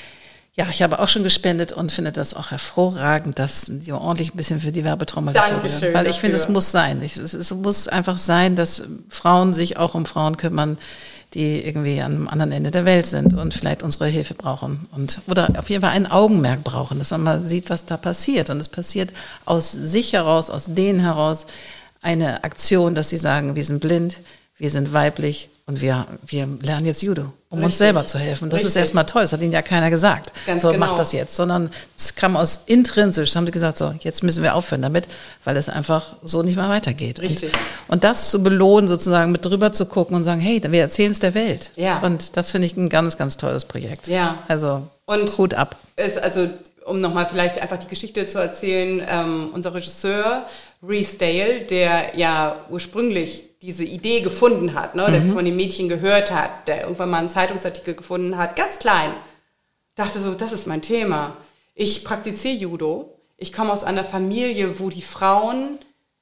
B: ja, ich habe auch schon gespendet und finde das auch hervorragend, dass die ordentlich ein bisschen für die Werbetrommel dafür rühren. Weil ich finde, es muss sein. Ich, es, es muss einfach sein, dass Frauen sich auch um Frauen kümmern, die irgendwie am anderen Ende der Welt sind und vielleicht unsere Hilfe brauchen. Und, oder auf jeden Fall ein Augenmerk brauchen, dass man mal sieht, was da passiert. Und es passiert aus sich heraus, aus denen heraus eine Aktion, dass sie sagen, wir sind blind, wir sind weiblich und wir, wir lernen jetzt Judo, um Richtig. uns selber zu helfen. Das Richtig. ist erstmal toll, das hat ihnen ja keiner gesagt.
A: Ganz
B: so,
A: genau.
B: mach das jetzt. Sondern es kam aus intrinsisch, haben sie gesagt, so, jetzt müssen wir aufhören damit, weil es einfach so nicht mehr weitergeht.
A: Richtig.
B: Und, und das zu belohnen, sozusagen mit drüber zu gucken und sagen, hey, wir erzählen es der Welt.
A: Ja.
B: Und das finde ich ein ganz, ganz tolles Projekt.
A: Ja.
B: Also,
A: und
B: Hut ab.
A: Es, also, um nochmal vielleicht einfach die Geschichte zu erzählen, ähm, unser Regisseur, Rhys Dale, der ja ursprünglich diese Idee gefunden hat, ne, der mhm. von den Mädchen gehört hat, der irgendwann mal einen Zeitungsartikel gefunden hat, ganz klein, dachte so, das ist mein Thema. Ich praktiziere Judo. Ich komme aus einer Familie, wo die Frauen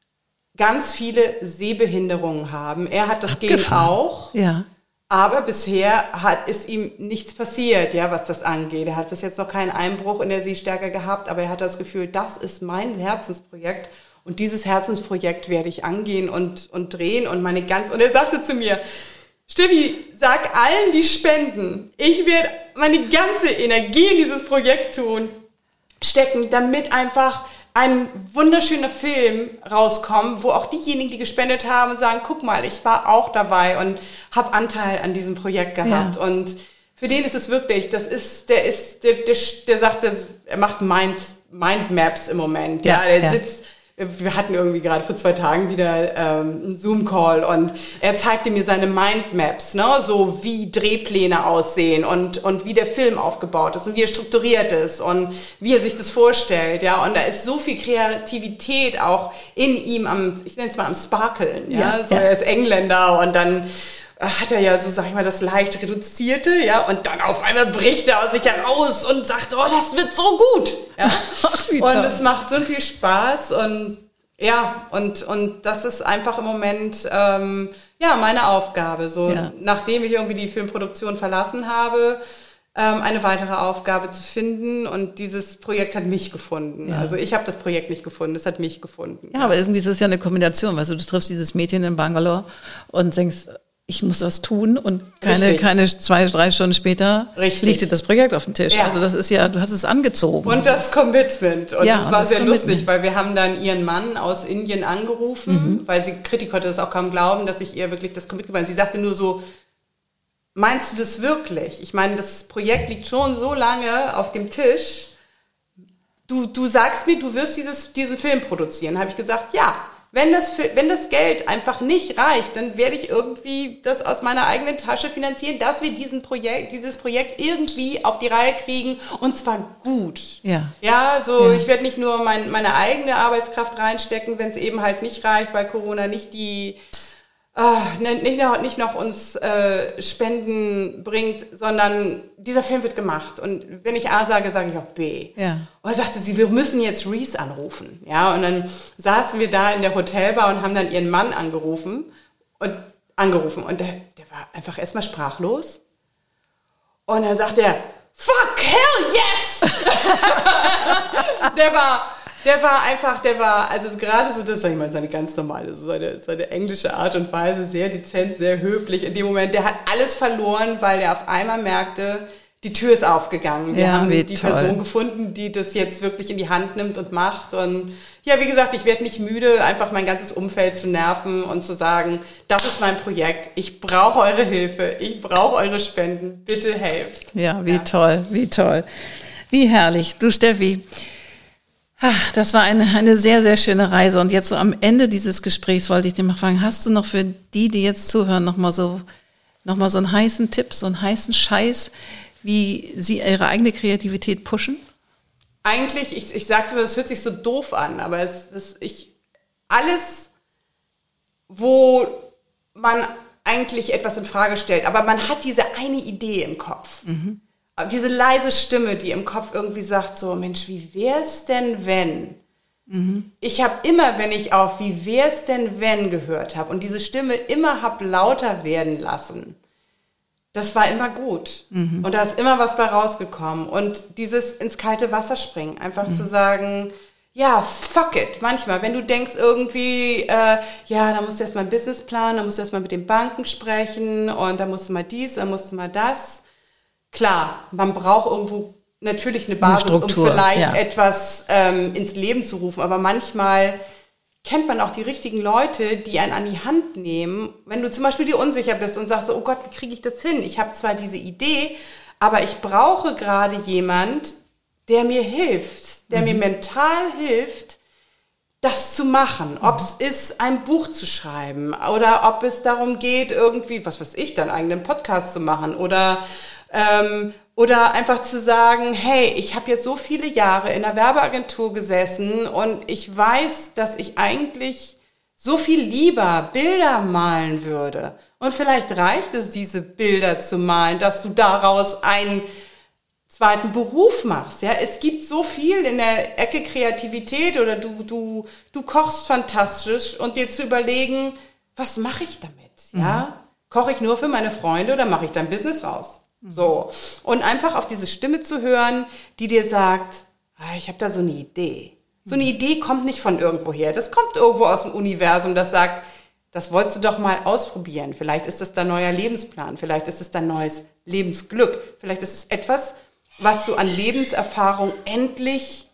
A: ganz viele Sehbehinderungen haben. Er hat das Gen auch.
B: Ja.
A: Aber bisher hat, ist ihm nichts passiert, ja, was das angeht. Er hat bis jetzt noch keinen Einbruch in der Sehstärke gehabt, aber er hat das Gefühl, das ist mein Herzensprojekt. Und dieses Herzensprojekt werde ich angehen und, und drehen und meine ganz, und er sagte zu mir, Steffi, sag allen, die spenden, ich werde meine ganze Energie in dieses Projekt tun, stecken, damit einfach ein wunderschöner Film rauskommt, wo auch diejenigen, die gespendet haben, sagen, guck mal, ich war auch dabei und habe Anteil an diesem Projekt gehabt. Ja. Und für den ist es wirklich, das ist, der ist, der, der, der sagt, der, er macht Minds, Mindmaps im Moment, ja, ja der ja. sitzt. Wir hatten irgendwie gerade vor zwei Tagen wieder ähm, einen Zoom-Call und er zeigte mir seine Mindmaps, ne, so wie Drehpläne aussehen und, und wie der Film aufgebaut ist und wie er strukturiert ist und wie er sich das vorstellt, ja, und da ist so viel Kreativität auch in ihm am, ich nenne es mal am Sparkeln, ja, ja so ja. Er ist Engländer und dann hat er ja so, sag ich mal, das leicht reduzierte, ja, und dann auf einmal bricht er aus sich heraus und sagt, oh, das wird so gut, ja. Ach, wie toll. Und es macht so viel Spaß und ja, und, und das ist einfach im Moment, ähm, ja, meine Aufgabe, so, ja. nachdem ich irgendwie die Filmproduktion verlassen habe, ähm, eine weitere Aufgabe zu finden und dieses Projekt hat mich gefunden. Ja. Also ich habe das Projekt nicht gefunden, es hat mich gefunden.
B: Ja, aber irgendwie ist es ja eine Kombination, weißt du, du triffst dieses Mädchen in Bangalore und denkst, ich muss was tun und keine, keine zwei, drei Stunden später Richtig. liegt dir das Projekt auf dem Tisch. Ja. Also das ist ja, du hast es angezogen.
A: Und das Commitment. Und ja, das war und das sehr Commitment. lustig, weil wir haben dann ihren Mann aus Indien angerufen, mhm. weil sie, Kritik konnte das auch kaum glauben, dass ich ihr wirklich das Commitment war. Sie sagte nur so, meinst du das wirklich? Ich meine, das Projekt liegt schon so lange auf dem Tisch. Du, du sagst mir, du wirst dieses, diesen Film produzieren. Habe ich gesagt, ja. Wenn das, wenn das Geld einfach nicht reicht, dann werde ich irgendwie das aus meiner eigenen Tasche finanzieren, dass wir diesen Projekt, dieses Projekt irgendwie auf die Reihe kriegen und zwar gut. Ja, ja so ja. Ich werde nicht nur mein, meine eigene Arbeitskraft reinstecken, wenn es eben halt nicht reicht, weil Corona nicht die äh, nicht, noch, nicht noch uns äh, Spenden bringt, sondern dieser Film wird gemacht. Und wenn ich A sage, sage ich auch B. Ja. Und er sagte sie, wir müssen jetzt Rhys anrufen. Ja, und dann saßen wir da in der Hotelbar und haben dann ihren Mann angerufen. Und angerufen. Und der, der war einfach erstmal sprachlos. Und dann sagt er, fuck, hell yes! der war... Der war einfach, der war, also gerade so, das sag ich mal, seine ganz normale, so seine, seine englische Art und Weise, sehr dezent, sehr höflich. In dem Moment, der hat alles verloren, weil der auf einmal merkte, die Tür ist aufgegangen. Wir ja, haben die toll. Person gefunden, die das jetzt wirklich in die Hand nimmt und macht. Und ja, wie gesagt, ich werde nicht müde, einfach mein ganzes Umfeld zu nerven und zu sagen, das ist mein Projekt, ich brauche eure Hilfe, ich brauche eure Spenden, bitte helft.
B: Ja, wie ja. toll, wie toll. Wie herrlich. Du, Steffi, Ach, das war eine, eine sehr, sehr schöne Reise. Und jetzt so am Ende dieses Gesprächs wollte ich dir mal fragen, hast du noch für die, die jetzt zuhören, nochmal so, noch mal so einen heißen Tipp, so einen heißen Scheiß, wie sie ihre eigene Kreativität pushen?
A: Eigentlich, ich, ich sag's immer, das hört sich so doof an, aber es, das, ich, alles, wo man eigentlich etwas in Frage stellt, aber man hat diese eine Idee im Kopf. Mhm. Diese leise Stimme, die im Kopf irgendwie sagt so, Mensch, wie wär's denn, wenn? Mhm. Ich habe immer, wenn ich auf wie wär's denn, wenn gehört habe und diese Stimme immer hab lauter werden lassen, das war immer gut. Mhm. Und da ist immer was bei rausgekommen. Und dieses ins kalte Wasser springen, einfach mhm. zu sagen, ja, fuck it. Manchmal, wenn du denkst irgendwie, äh, ja, da musst du erstmal einen Businessplan, da musst du erstmal mit den Banken sprechen und da musst du mal dies, da musst du mal das. Klar, man braucht irgendwo natürlich eine Basis, eine um vielleicht ja. etwas ähm, ins Leben zu rufen. Aber manchmal kennt man auch die richtigen Leute, die einen an die Hand nehmen. Wenn du zum Beispiel dir unsicher bist und sagst, oh Gott, wie kriege ich das hin? Ich habe zwar diese Idee, aber ich brauche gerade jemand, der mir hilft, der mhm. mir mental hilft, das zu machen. Ob es ist, ein Buch zu schreiben oder ob es darum geht, irgendwie, was weiß ich, deinen eigenen Podcast zu machen oder Ähm, oder einfach zu sagen, hey, ich habe jetzt so viele Jahre in der Werbeagentur gesessen und ich weiß, dass ich eigentlich so viel lieber Bilder malen würde. Und vielleicht reicht es, diese Bilder zu malen, dass du daraus einen zweiten Beruf machst. Ja, es gibt so viel in der Ecke Kreativität oder du, du, du kochst fantastisch und dir zu überlegen, was mache ich damit? Ja, mhm. koche ich nur für meine Freunde oder mache ich da ein Business raus? So, und einfach auf diese Stimme zu hören, die dir sagt, ah, ich habe da so eine Idee. So eine Idee kommt nicht von irgendwoher. Das kommt irgendwo aus dem Universum, das sagt, das wolltest du doch mal ausprobieren. Vielleicht ist das dein neuer Lebensplan, vielleicht ist es dein neues Lebensglück, vielleicht ist es etwas, was du an Lebenserfahrung endlich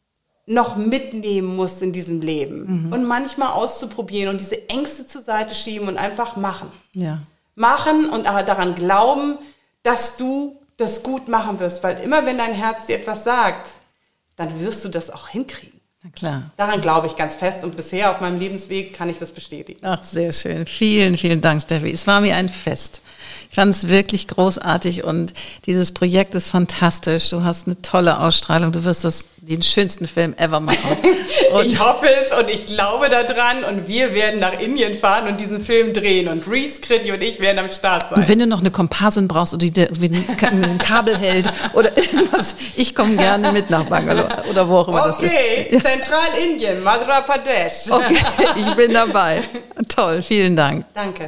A: noch mitnehmen musst in diesem Leben. Mhm. Und manchmal auszuprobieren und diese Ängste zur Seite schieben und einfach machen.
B: Ja.
A: Machen und aber daran glauben, dass du das gut machen wirst. Weil immer, wenn dein Herz dir etwas sagt, dann wirst du das auch hinkriegen.
B: Na klar.
A: Daran glaube ich ganz fest und bisher auf meinem Lebensweg kann ich das bestätigen.
B: Ach, sehr schön. Vielen, vielen Dank, Steffi. Es war mir ein Fest. Ich fand es wirklich großartig und dieses Projekt ist fantastisch. Du hast eine tolle Ausstrahlung. Du wirst das, den schönsten Film ever machen.
A: Und ich hoffe es und ich glaube daran und wir werden nach Indien fahren und diesen Film drehen und Reese, Kritty und ich werden am Start sein.
B: Und wenn du noch eine Komparsin brauchst oder die ein Kabel hält oder irgendwas, ich komme gerne mit nach Bangalore oder wo auch immer
A: okay.
B: das ist.
A: Okay, Zentralindien, Madhya Pradesh.
B: Okay, ich bin dabei. Toll, vielen Dank.
A: Danke.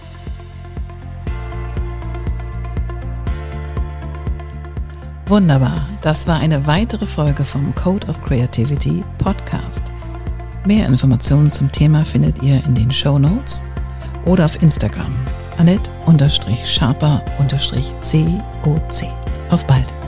B: Wunderbar, das war eine weitere Folge vom Code of Creativity Podcast. Mehr Informationen zum Thema findet ihr in den Shownotes oder auf Instagram annette-sharper-coc. Auf bald!